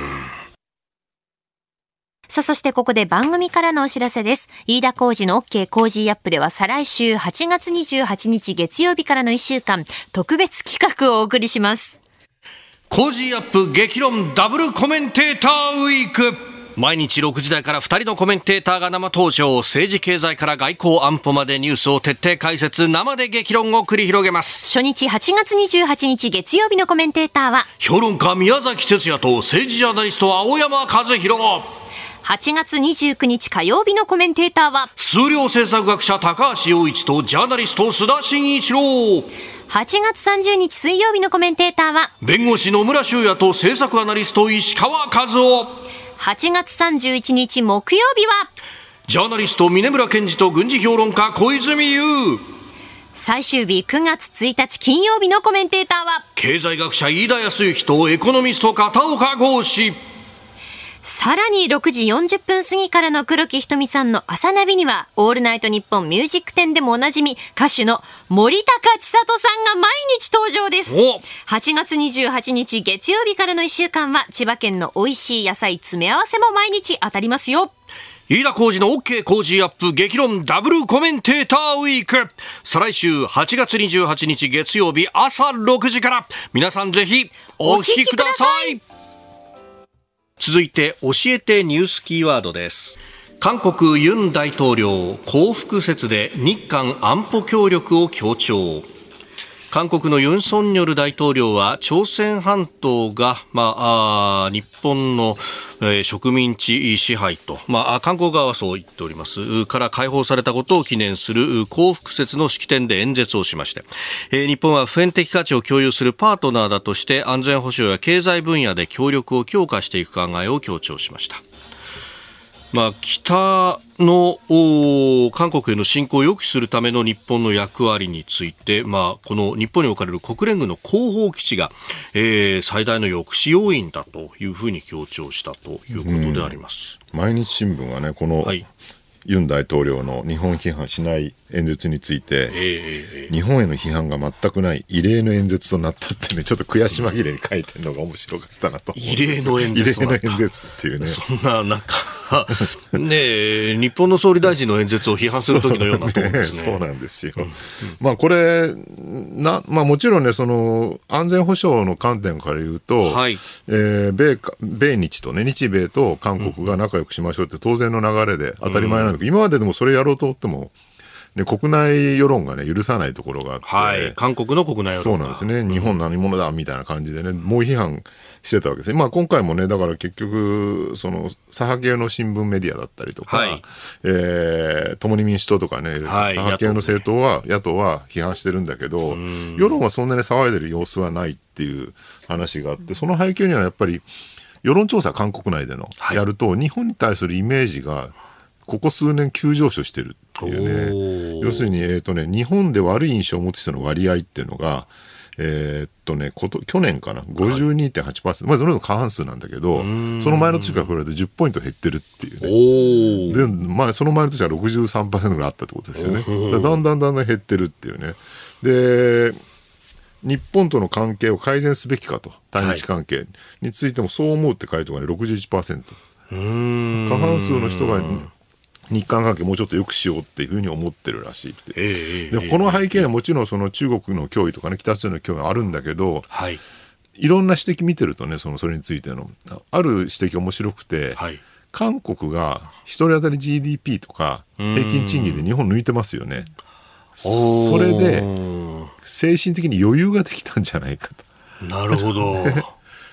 Speaker 2: さあ、そしてここで番組からのお知らせです。飯田浩司の OK 工事アップでは再来週はちがつにじゅうはちにち月曜日からのいっしゅうかん、特別企画をお送りします。
Speaker 1: 工事アップ激論ダブルコメンテーターウィーク。毎日ろくじ台からふたりのコメンテーターが生登場。政治経済から外交安保までニュースを徹底解説、生で激論を繰り広げます。
Speaker 2: 初日はちがつにじゅうはちにち月曜日のコメンテーターは
Speaker 1: 評論家宮崎哲也と政治ジャーナリスト青山和弘。
Speaker 2: はちがつにじゅうくにち火曜日のコメンテーターは
Speaker 1: 数量政策学者高橋洋一とジャーナリスト須田慎一郎。
Speaker 2: はちがつさんじゅうにち水曜日のコメンテーターは
Speaker 1: 弁護士野村修也と政策アナリスト石川和夫。
Speaker 2: はちがつさんじゅういちにち木曜日は
Speaker 1: ジャーナリスト峯村健二と軍事評論家小泉悠。
Speaker 2: 最終日くがつついたち金曜日のコメンテーターは
Speaker 1: 経済学者飯田康之とエコノミスト片岡剛志。
Speaker 2: さらにろくじよんじゅっぷん過ぎからの黒木ひとみさんの朝ナビにはオールナイトニッポンミュージック展でもおなじみ歌手の森高千里さんが毎日登場です。はちがつにじゅうはちにち月曜日からのいっしゅうかんは千葉県の美味しい野菜詰め合わせも毎日当たりますよ。
Speaker 1: 飯田浩司の OK 工事アップ激論ダブルコメンテーターウィーク。再来週はちがつにじゅうはちにち月曜日朝ろくじから皆さんぜひお聞きください。続いて教えてニュースキーワードです。韓国ユン大統領光復節で日韓安保協力を強調。韓国のユン・ソンニョル大統領は朝鮮半島が、まあ、あ日本の、えー、植民地支配と、まあ、韓国側はそう言っておりますから解放されたことを記念する光復節の式典で演説をしまして、えー、日本は普遍的価値を共有するパートナーだとして安全保障や経済分野で協力を強化していく考えを強調しました。まあ、北の韓国への侵攻を抑止するための日本の役割について、まあ、この日本に置かれる国連軍の後方基地が、えー、最大の抑止要因だというふうに強調したということであります。
Speaker 3: 毎日新聞はね、この、はい、ユン大統領の日本批判しない演説について、えー、日本への批判が全くない異例の演説となったってね、ちょっと悔し紛れに書いてるのが面白かったなと。
Speaker 1: 異例の演説
Speaker 3: 異例の演説っていうね。
Speaker 1: そんななんかねえ、日本の総理大臣の演説を批判する時のようなところですね。
Speaker 3: そうなんですよ。うんうん、まあこれな、まあもちろんね、その安全保障の観点から言うと、はい、えー、米米日とね、日米と韓国が仲良くしましょうって当然の流れで当たり前なんだけど、うん、今まででもそれやろうと思っても。で国内世論がね許さないところがあって、
Speaker 1: はい、韓国の国内世論が
Speaker 3: そうなんですね、日本何者だみたいな感じでね猛批判してたわけですね。まあ今回もねだから結局その左派系の新聞メディアだったりとか、はい、えー、共に民主党とかね、はい、左派系の政党は野党は批判してるんだけど、世論はそんなに騒いでる様子はないっていう話があって、その背景にはやっぱり世論調査韓国内でのやると、はい、日本に対するイメージがここ数年急上昇してるっていうね。要するに、えーとね、日本で悪い印象を持つ人の割合っていうのが、えーっとね、こと去年かな ごじゅうにてんはちパーセント、はい、まあそれの過半数なんだけど、その前の年から比べるとじゅっポイント減ってるっていうね。で、まあその前の年は ろくじゅうさんパーセント ぐらいあったってことですよね。だ, だんだんだんだん減ってるっていうね。で日本との関係を改善すべきかと、対日関係についてもそう思うって回答がね ろくじゅういちパーセント。うーん、過半数の人が日韓関係もうちょっと良くしようっていうふうに思ってるらしいって、えー、でこの背景にはもちろんその中国の脅威とかね、北朝鮮の脅威があるんだけど、はい、いろんな指摘見てるとね、そのそれについてのある指摘面白くて、はい、韓国が一人当たり ジーディーピー とか平均賃金で日本抜いてますよね。それで精神的に余裕ができたんじゃないかと。
Speaker 1: なるほど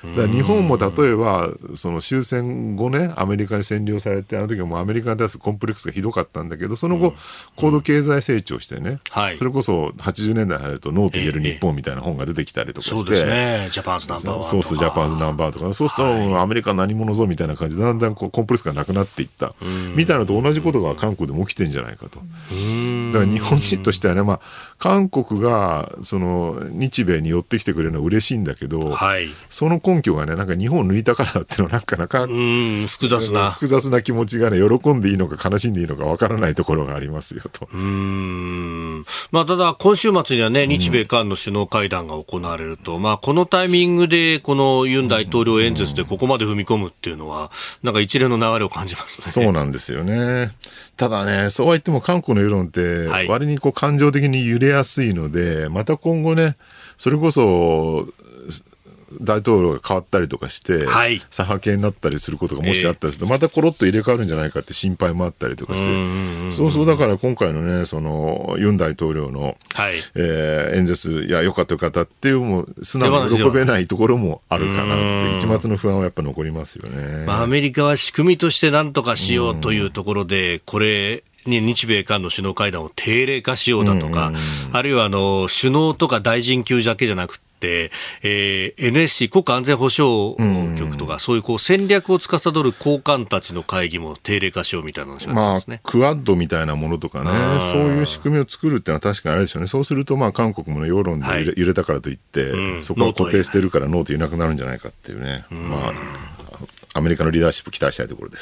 Speaker 3: だから日本も例えばその終戦後ね、アメリカに占領されて、あの時はもうアメリカに対するコンプレックスがひどかったんだけど、その後、うん、高度経済成長してね、はい、それこそはちじゅうねんだいに入るとノーと言える日本みたいな本が出てきたりとかして、そうですね、
Speaker 1: ジャパンズナンバーワンとか、
Speaker 3: そうそうジャパンズナンバーとか、そうすると、はい、アメリカ何者ぞみたいな感じでだんだんこうコンプレックスがなくなっていったみたいなのと同じことが韓国でも起きてんじゃないかと。だから日本人としてはね、まあ、韓国がその日米に寄ってきてくれるのは嬉しいんだけど、はい、その根拠がね、なんか日本を抜いたからだっていうのはなかなか
Speaker 1: うん複雑な
Speaker 3: 複雑な気持ちがね、喜んでいいのか悲しんでいいのかわからないところがありますよと。
Speaker 1: うーん、まあ、ただ今週末にはね、日米韓の首脳会談が行われると、うん、まあ、このタイミングでこのユン大統領演説でここまで踏み込むっていうのはなんか一連の流れを感じますね。
Speaker 3: そうなんですよね。ただね、そうは言っても韓国の世論って割にこう感情的に揺れやすいので、はい、また今後ね、それこそ大統領が変わったりとかして、はい、左派系になったりすることがもしあったりすると、えー、またコロッと入れ替わるんじゃないかって心配もあったりとかして、うそうそう、だから今回のね、そのユン大統領の、はいえー、演説、いや、よかったよかったっていう、もう素直に喜べないところもあるかなって、一抹の不安はやっぱ残りますよね。
Speaker 1: まあ、アメリカは仕組みとして何とかしようというところで、これ、日米韓の首脳会談を定例化しようだとか、あるいはあの首脳とか大臣級だけじゃなくて、えー、エヌエスシー 国家安全保障局とか、そういうこう戦略を司る高官たちの会議も定例化しようみたいな話がありますね。
Speaker 3: まあ、クアッドみたいなものとかね、そういう仕組みを作るっていうのは確かにあれですよね。そうするとまあ韓国も、ね、世論で揺れ、はい、揺れたからといって、うん、そこを固定してるからノーと言えなくなるんじゃないかっていうね、まあ、アメリカのリーダーシップ期待したいところです。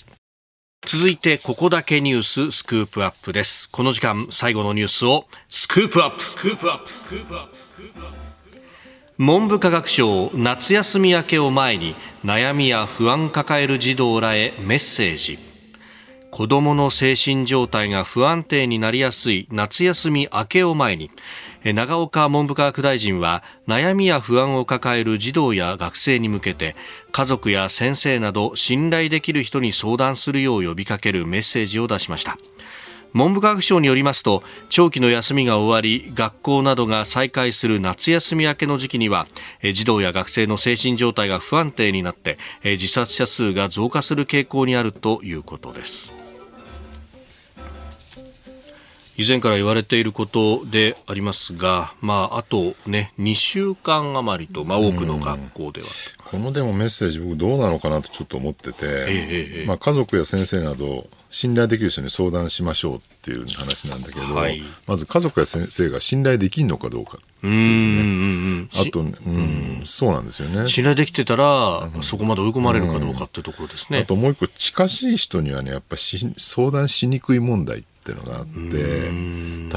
Speaker 3: はい、
Speaker 1: 続いてここだけニューススクープアップです。この時間最後のニュースをスクープアップスクープアップスクープアップスクープアップ。文部科学省夏休み明けを前に悩みや不安抱える児童らへメッセージ。子どもの精神状態が不安定になりやすい夏休み明けを前に、永岡文部科学大臣は悩みや不安を抱える児童や学生に向けて家族や先生など信頼できる人に相談するよう呼びかけるメッセージを出しました。文部科学省によりますと、長期の休みが終わり学校などが再開する夏休み明けの時期には児童や学生の精神状態が不安定になって自殺者数が増加する傾向にあるということです。以前から言われていることでありますが、まあ、あと、ね、にしゅうかん余りと、まあ、多くの学校では、
Speaker 3: このでもメッセージ僕どうなのかなとちょっと思ってて、ええまあ、家族や先生など信頼できる人に相談しましょうっていう話なんだけど、はい、まず家族や先生が信頼できるのかどうかっていうね、うんうんうんあと、うん、そうなんですよね。
Speaker 1: 信頼できてたら、うん、そこまで追い込まれるかどうかっていうところですね。
Speaker 3: あともう一個、近しい人にはねやっぱし相談しにくい問題っていうのがあって、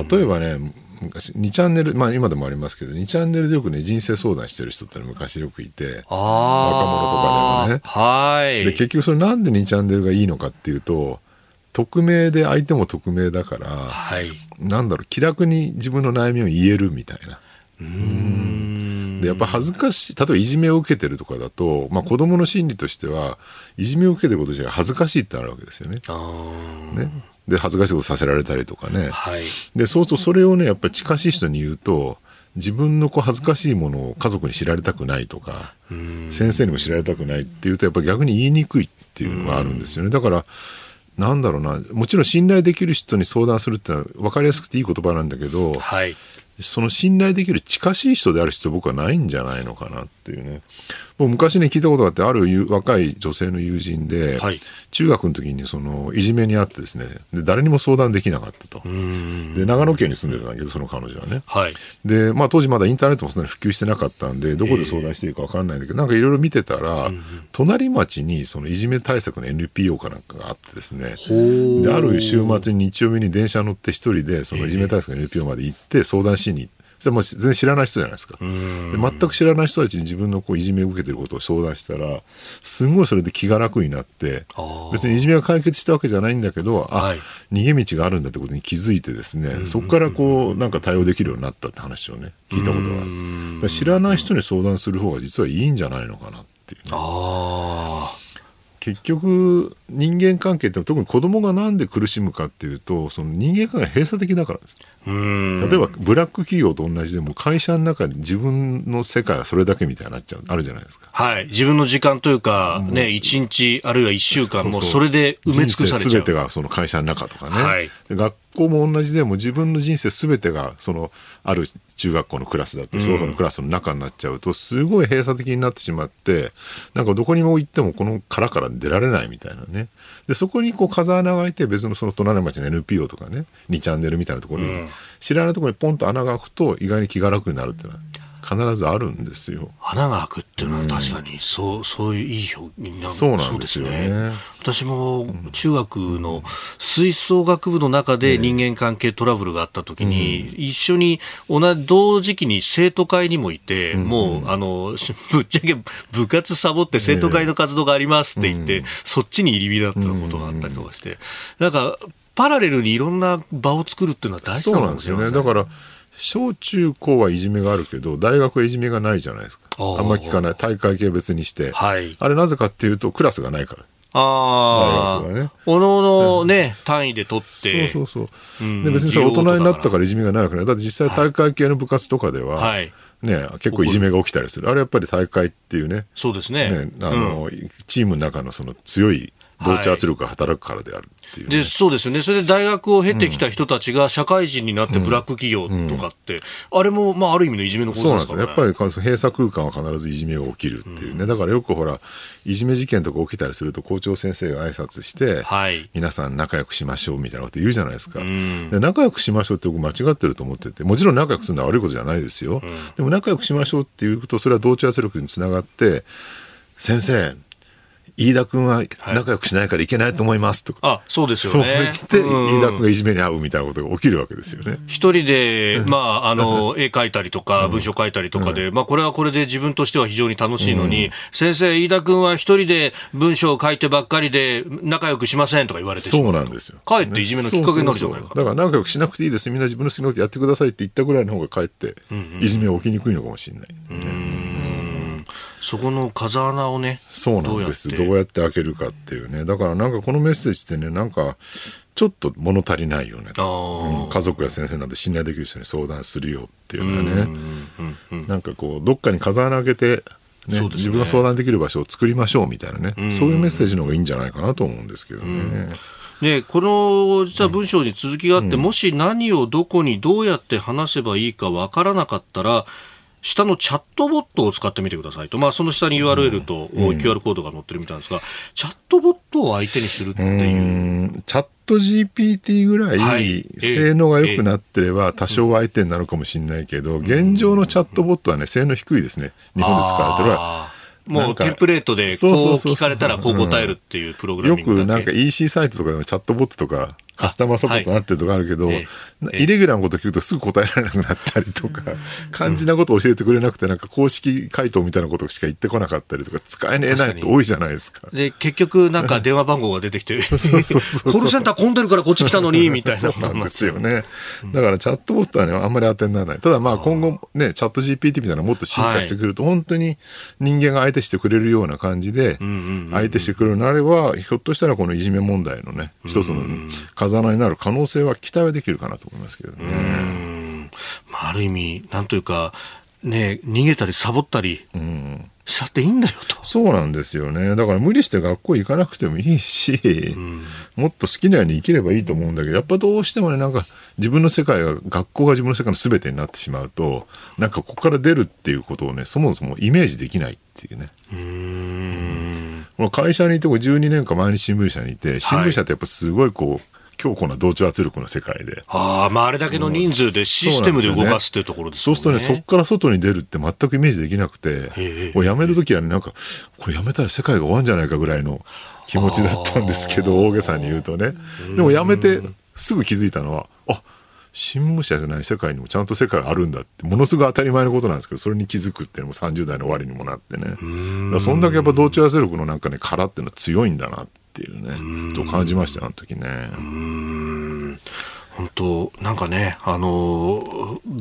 Speaker 3: 例えばね昔にチャンネル、まあ今でもありますけどにチャンネルでよくね人生相談してる人って昔よくいて、あ若者とかでもね、はい、で結局それなんでにチャンネルがいいのかっていうと、匿名で相手も匿名だから、はい、なんだろう、気楽に自分の悩みを言えるみたいな。うーんでやっぱ恥ずかしい、例えばいじめを受けてるとかだと、まあ、子どもの心理としてはいじめを受けてること自体恥ずかしいってあるわけですよね。あねで恥ずかしいことさせられたりとかね、はい、でそうするとそれをねやっぱり近しい人に言うと、自分のこう恥ずかしいものを家族に知られたくないとか先生にも知られたくないっていうとやっぱり逆に言いにくいっていうのがあるんですよね。だからなんだろうな、もちろん信頼できる人に相談するってのは分かりやすくていい言葉なんだけど、はい、その信頼できる近しい人である必要僕はないんじゃないのかなっていうね。もう昔ね聞いたことがあって、ある若い女性の友人で、はい、中学の時にそのいじめにあってですね、で誰にも相談できなかったと。で長野県に住んでたんだけどその彼女はね、はい、で、まあ、当時まだインターネットもそんなに普及してなかったんでどこで相談していいか分かんないんだけど、なんかいろいろ見てたら、隣町にそのいじめ対策の エヌピーオー かなんかがあってですね、である週末に日曜日に電車乗って一人でそのいじめ対策の エヌピーオー まで行って相談しに行って、それも全然知らない人じゃないですか。で全く知らない人たちに自分のこういじめを受けていることを相談したら、すごいそれで気が楽になって、別にいじめが解決したわけじゃないんだけど、あ、はい、逃げ道があるんだってことに気づいてですね、そこからこうなんか対応できるようになったって話をね聞いたことがある。だから知らない人に相談する方が実はいいんじゃないのかなっていう、ね、あ結局人間関係って特に子供がなんで苦しむかっていうとその人間関係が閉鎖的だからです。うーん例えばブラック企業と同じでも会社の中で自分の世界はそれだけみたいになっちゃうあるじゃないですか。
Speaker 1: はい、自分の時間というか、ね、いちにちあるいはいっしゅうかんもそれで埋め尽くされちゃう。
Speaker 3: 人生全てがその会社の中とかね、
Speaker 1: はい、
Speaker 3: 学校も同じでも自分の人生全てがそのある中学校のクラスだって小学校のクラスの中になっちゃうとすごい閉鎖的になってしまってなんかどこにも行ってもこの殻から出られないみたいなね。でそこにこう風穴が開いて別のその隣町の エヌピーオー とかねにチャンネルみたいなところに、うん、知らないところにポンと穴が開くと意外に気が楽になるっていうのは必ずあるんですよ。
Speaker 1: 穴が開くっていうのは確かにそう、うん、そういういい表現なん
Speaker 3: そうなんですよね。
Speaker 1: そうですね。私も中学の吹奏楽部の中で人間関係トラブルがあった時に、うん、一緒に同じ同時期に生徒会にもいて、うん、もうあのぶっちゃけ部活サボって生徒会の活動がありますって言って、うん、そっちに入り浸ったことがあったりとかして、うん、なんかパラレルにいろんな場を作るっていうのは大事なんですよね。
Speaker 3: そうなんですよね。だから小中高はいじめがあるけど大学はいじめがないじゃないですか。あんまり聞かない。大会系別にして、はい、あれなぜかっていうとクラスがないから。
Speaker 1: ああ、ね、おのおのね、うん、単位で取って、
Speaker 3: そうそうそう、うん、で別にそれ大人になったからいじめがないわけない。だって実際大会系の部活とかでは、はいね、結構いじめが起きたりする。あれやっぱり大会っていうね、
Speaker 1: そうですね、
Speaker 3: ねあの、うん、チームの中のその強い同調圧力が働くからであるっていう、ね
Speaker 1: はい、でそうですよね。それで大学を経てきた人たちが社会人になってブラック企業とかって、うんうん、あれも、まあ、ある意味のいじめの構造ですからね。
Speaker 3: そうなんですよ。やっぱり閉鎖空間は必ずいじめが起きるっていうね、うん、だからよくほらいじめ事件とか起きたりすると校長先生が挨拶して、はい、皆さん仲良くしましょうみたいなこと言うじゃないですか、うん、で仲良くしましょうって僕間違ってると思ってて、もちろん仲良くするのは悪いことじゃないですよ、うん、でも仲良くしましょうっていうとそれは同調圧力につながって先生飯田君は仲良くしないからいけないと思いますとか、
Speaker 1: はい、あそうですよね。
Speaker 3: そう言って飯田君がいじめに遭うみたいなことが起きるわけですよね。
Speaker 1: 一人で、まあ、あの絵描いたりとか文章書いたりとかで、うんまあ、これはこれで自分としては非常に楽しいのに、うん、先生飯田君は一人で文章を書いてばっかりで仲良くしませんとか言われてしまう。
Speaker 3: そうなんですよ。
Speaker 1: かえっていじめのきっかけになるじゃないか。
Speaker 3: そうそうそう。だから仲良くしなくていいです、みんな自分の好きなことやってくださいって言ったぐらいの方がかえっていじめは起きにくいのかもしれない、うんうん
Speaker 1: そこの風穴をね、
Speaker 3: そうなんです。どうやって開けるかっていうね。だからなんかこのメッセージってね、なんかちょっと物足りないよね、うん、家族や先生なんて信頼できる人に相談するよっていうのはね、うんうんうん、なんかこうどっかに風穴開けて、ねね、自分が相談できる場所を作りましょうみたいなね、うん、そういうメッセージの方がいいんじゃないかなと思うんですけどね。うん
Speaker 1: ね、この実は文章に続きがあって、うん、もし何をどこにどうやって話せばいいかわからなかったら下のチャットボットを使ってみてくださいと、まあ、その下に ユーアールエル と キューアール コードが載ってるみたいなんですが、チャットボットを相手にするっていう、
Speaker 3: うチャット ジーピーティー ぐらい性能が良くなってれば多少相手になるかもしれないけど、現状のチャットボットはね性能低いですね。日本で使われてるのは
Speaker 1: もうテンプレートでこう聞かれたらこう答えるっていうプログラミングだけ、
Speaker 3: よくなんか イーシー サイトとかでもチャットボットとかカスタマーサポートになってるとかあるけど、はいええ、イレギュラーなこと聞くとすぐ答えられなくなったりとか、うん、肝心なことを教えてくれなくてなんか公式回答みたいなことしか言ってこなかったりとか使えねえないって多いじゃないですか。
Speaker 1: で結局なんか電話番号が出てきてそうそうそうそうコールセンター混んでるからこっち来たのにみたいな
Speaker 3: そうなんですよね。だからチャットボットはねあんまり当てにならない。ただまあ今後ねチャット ジーピーティー みたいなのもっと進化してくると、はい、本当に人間が相手してくれるような感じで相手してくれるようになれば、ひょっとしたらこのいじめ問題のね一つの風穴になる可能性は期待はできるかなと思いますけどね。うー
Speaker 1: ん、まあ、ある意味なんというかね逃げたりサボったりしちゃっていいんだよと。
Speaker 3: そうなんですよね。だから無理して学校行かなくてもいいし、うん、もっと好きなように生きればいいと思うんだけど、やっぱどうしてもねなんか自分の世界が学校が自分の世界の全てになってしまうとなんかここから出るっていうことをねそもそもイメージできないっていうね。うーん、うん、会社にいてじゅうにねんかん毎日新聞社にいて、新聞社ってやっぱすごいこう強固な同調圧力の世界で、
Speaker 1: あ、まあ、あれだけの人数でシステムで動かすっていうところですよね。
Speaker 3: そうするとね、そこから外に出るって全くイメージできなくて、もう辞めるときはね、なんかこれ辞めたら世界が終わるんじゃないかぐらいの気持ちだったんですけど、大げさに言うとね。でも辞めてすぐ気づいたのは、あ、新聞社じゃない世界にもちゃんと世界があるんだって、ものすごい当たり前のことなんですけど、それに気づくっていうのもさんじゅう代の終わりにもなってね。だからそんだけやっぱ同調圧力のなんかね殻っていうのは強いんだなっていうねと感じましたよあの時ね。
Speaker 1: うーん、本当なんかね、あのブラッ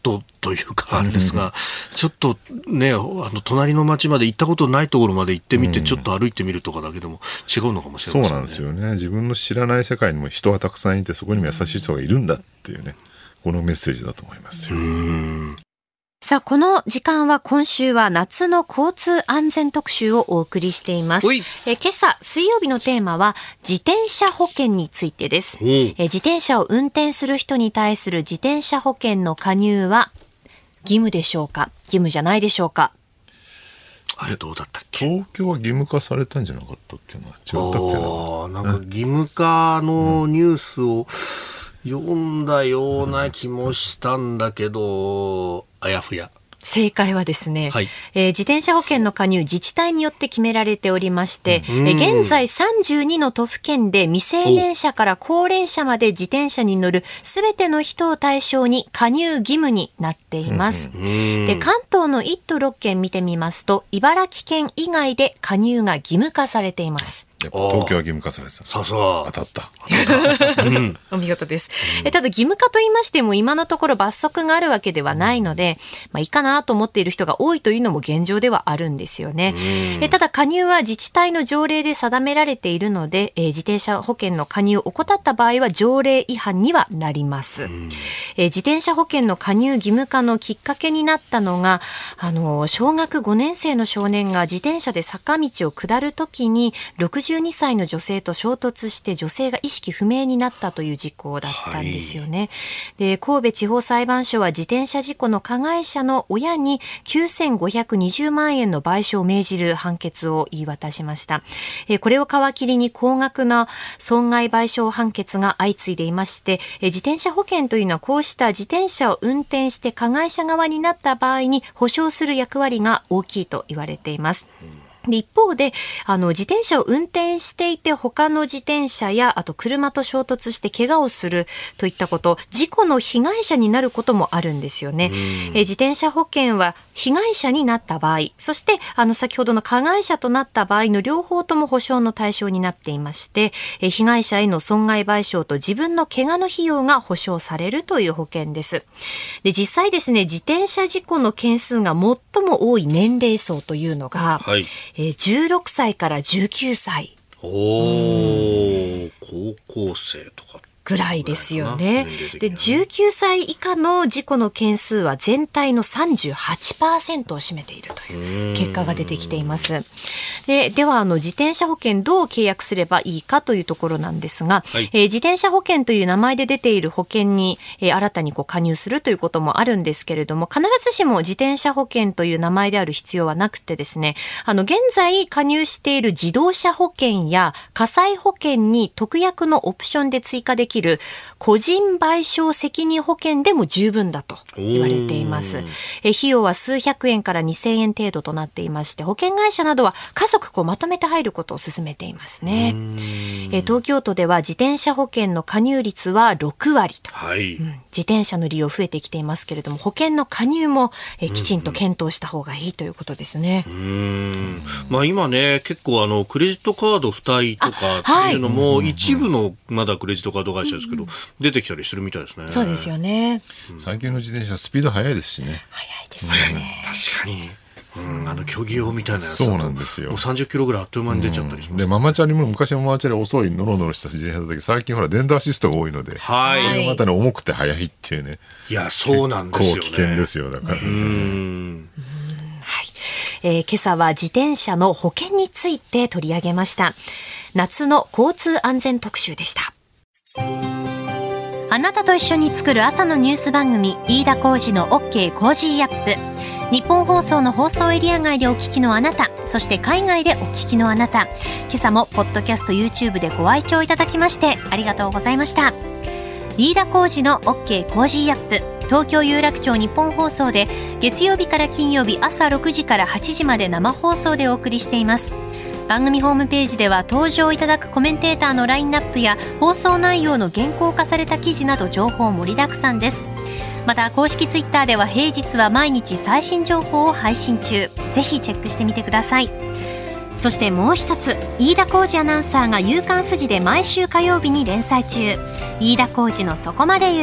Speaker 1: とというかあれですが、ちょっとね、あの隣の町まで行ったことないところまで行ってみて、ちょっと歩いてみるとかだけでも違うのかもしれませんね。
Speaker 3: そうなんですよね。自分の知らない世界にも人はたくさんいて、そこにも優しい人がいるんだっていうね、このメッセージだと思いますよ。
Speaker 1: うーん。
Speaker 2: さあ、この時間は今週は夏の交通安全特集をお送りしています。え今朝水曜日のテーマは自転車保険についてです。え自転車を運転する人に対する自転車保険の加入は義務でしょうか、義務じゃないでしょうか。
Speaker 1: あれどうだったっけ。
Speaker 3: 東京は義務化されたんじゃなかったっけな、違ったっけな。
Speaker 1: あなんか義務化のニュースを読んだような気もしたんだけど、あやふや。
Speaker 2: 正解はですね、
Speaker 1: はい
Speaker 2: えー、自転車保険の加入自治体によって決められておりまして、えー、現在さんじゅうにの都府県で未成年者から高齢者まで自転車に乗るすべての人を対象に加入義務になっています。で、関東のいっ都ろっ県見てみますと、茨城県以外で加入が義務化されています。
Speaker 3: やっぱ東京は義務化されてた。
Speaker 1: さそう
Speaker 3: 当たった。
Speaker 2: うん、お見事です。えただ義務化と言いましても今のところ罰則があるわけではないので、まあいいかなと思っている人が多いというのも現状ではあるんですよね。えただ加入は自治体の条例で定められているので、えー、自転車保険の加入を怠った場合は条例違反にはなります。えー、自転車保険の加入義務化のきっかけになったのが、あの小学ごねん生の少年が自転車で坂道を下るときにろくじゅうにさいの女性と衝突して女性が意識不明になったという事故だったんですよね。はい、で、神戸地方裁判所は自転車事故の加害者の親にきゅうせんごひゃくにじゅうまんえんの賠償を命じる判決を言い渡しました。えこれを皮切りに高額な損害賠償判決が相次いでいまして、え自転車保険というのはこうした自転車を運転して加害者側になった場合に保証する役割が大きいと言われています。で一方で、あの、自転車を運転していて他の自転車や、あと車と衝突して怪我をするといったこと、事故の被害者になることもあるんですよね。え自転車保険は被害者になった場合、そして、あの、先ほどの加害者となった場合の両方とも保証の対象になっていまして、え被害者への損害賠償と自分の怪我の費用が保証されるという保険です。で、実際ですね、自転車事故の件数が最も多い年齢層というのが、はい、えー、じゅうろくさいからじゅうきゅうさい。
Speaker 1: おー、高校生とか
Speaker 2: ぐらいですよね。で、じゅうきゅうさい以下の事故の件数は全体の さんじゅうはちパーセント を占めているという結果が出てきています。で、ではあの自転車保険どう契約すればいいかというところなんですが、はい、えー、自転車保険という名前で出ている保険に、えー、新たにこう加入するということもあるんですけれども、必ずしも自転車保険という名前である必要はなくてですね、あの現在加入している自動車保険や火災保険に特約のオプションで追加できる個人賠償責任保険でも十分だと言われています。え費用は数百円からにせんえん程度となっていまして、保険会社などは家族こうまとめて入ることを勧めていますね。え東京都では自転車保険の加入率はろくわりと、はい、うん、自転車の利用増えてきていますけれども、保険の加入もえきちんと検討した方がいいということですね。
Speaker 1: うーん、まあ、今ね結構あのクレジットカード付帯とかっていうのも、はい、一部のまだクレジットカード会社ですけど、うん、出てきたりするみたいですね。
Speaker 2: そうですよね。
Speaker 3: 最近の自転車スピード速いですしね。
Speaker 2: 速いですよね。
Speaker 1: 確かに。うん、あの競技用みたいなやつだと
Speaker 3: そうなんですよ。
Speaker 1: もうさんじゅっキロぐらいあっという間に出ちゃったりします、うん、
Speaker 3: でママチャリも昔のママチャリ遅いノロノロした自転車だったけど、最近ほら電動アシストが多いので、はい、これがまたね重くて速いっていうね。
Speaker 1: いやそうなんですよね。
Speaker 3: 結構危険ですよ。だから、ね、うーん、
Speaker 2: はい、えー、今朝は自転車の保険について取り上げました。夏の交通安全特集でした。あなたと一緒に作る朝のニュース番組、飯田浩司の OK コージーアップ。日本放送の放送エリア外でお聞きのあなた、そして海外でお聞きのあなた、今朝もポッドキャスト YouTube でご愛聴いただきましてありがとうございました。飯田浩司の OK コージーアップ、東京有楽町日本放送で月曜日から金曜日朝ろくじからはちじまで生放送でお送りしています。番組ホームページでは登場いただくコメンテーターのラインナップや放送内容の原稿化された記事など情報盛りだくさんです。また公式ツイッターでは平日は毎日最新情報を配信中、ぜひチェックしてみてください。そしてもう一つ、飯田浩司アナウンサーが夕刊フジで毎週火曜日に連載中、飯田浩司のそこまで言うか。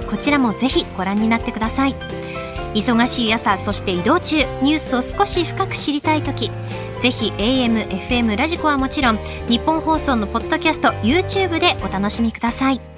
Speaker 2: こちらもぜひご覧になってください。忙しい朝、そして移動中、ニュースを少し深く知りたいとき、ぜひ エーエム、エフエム ラジコはもちろん日本放送のポッドキャスト YouTube でお楽しみください。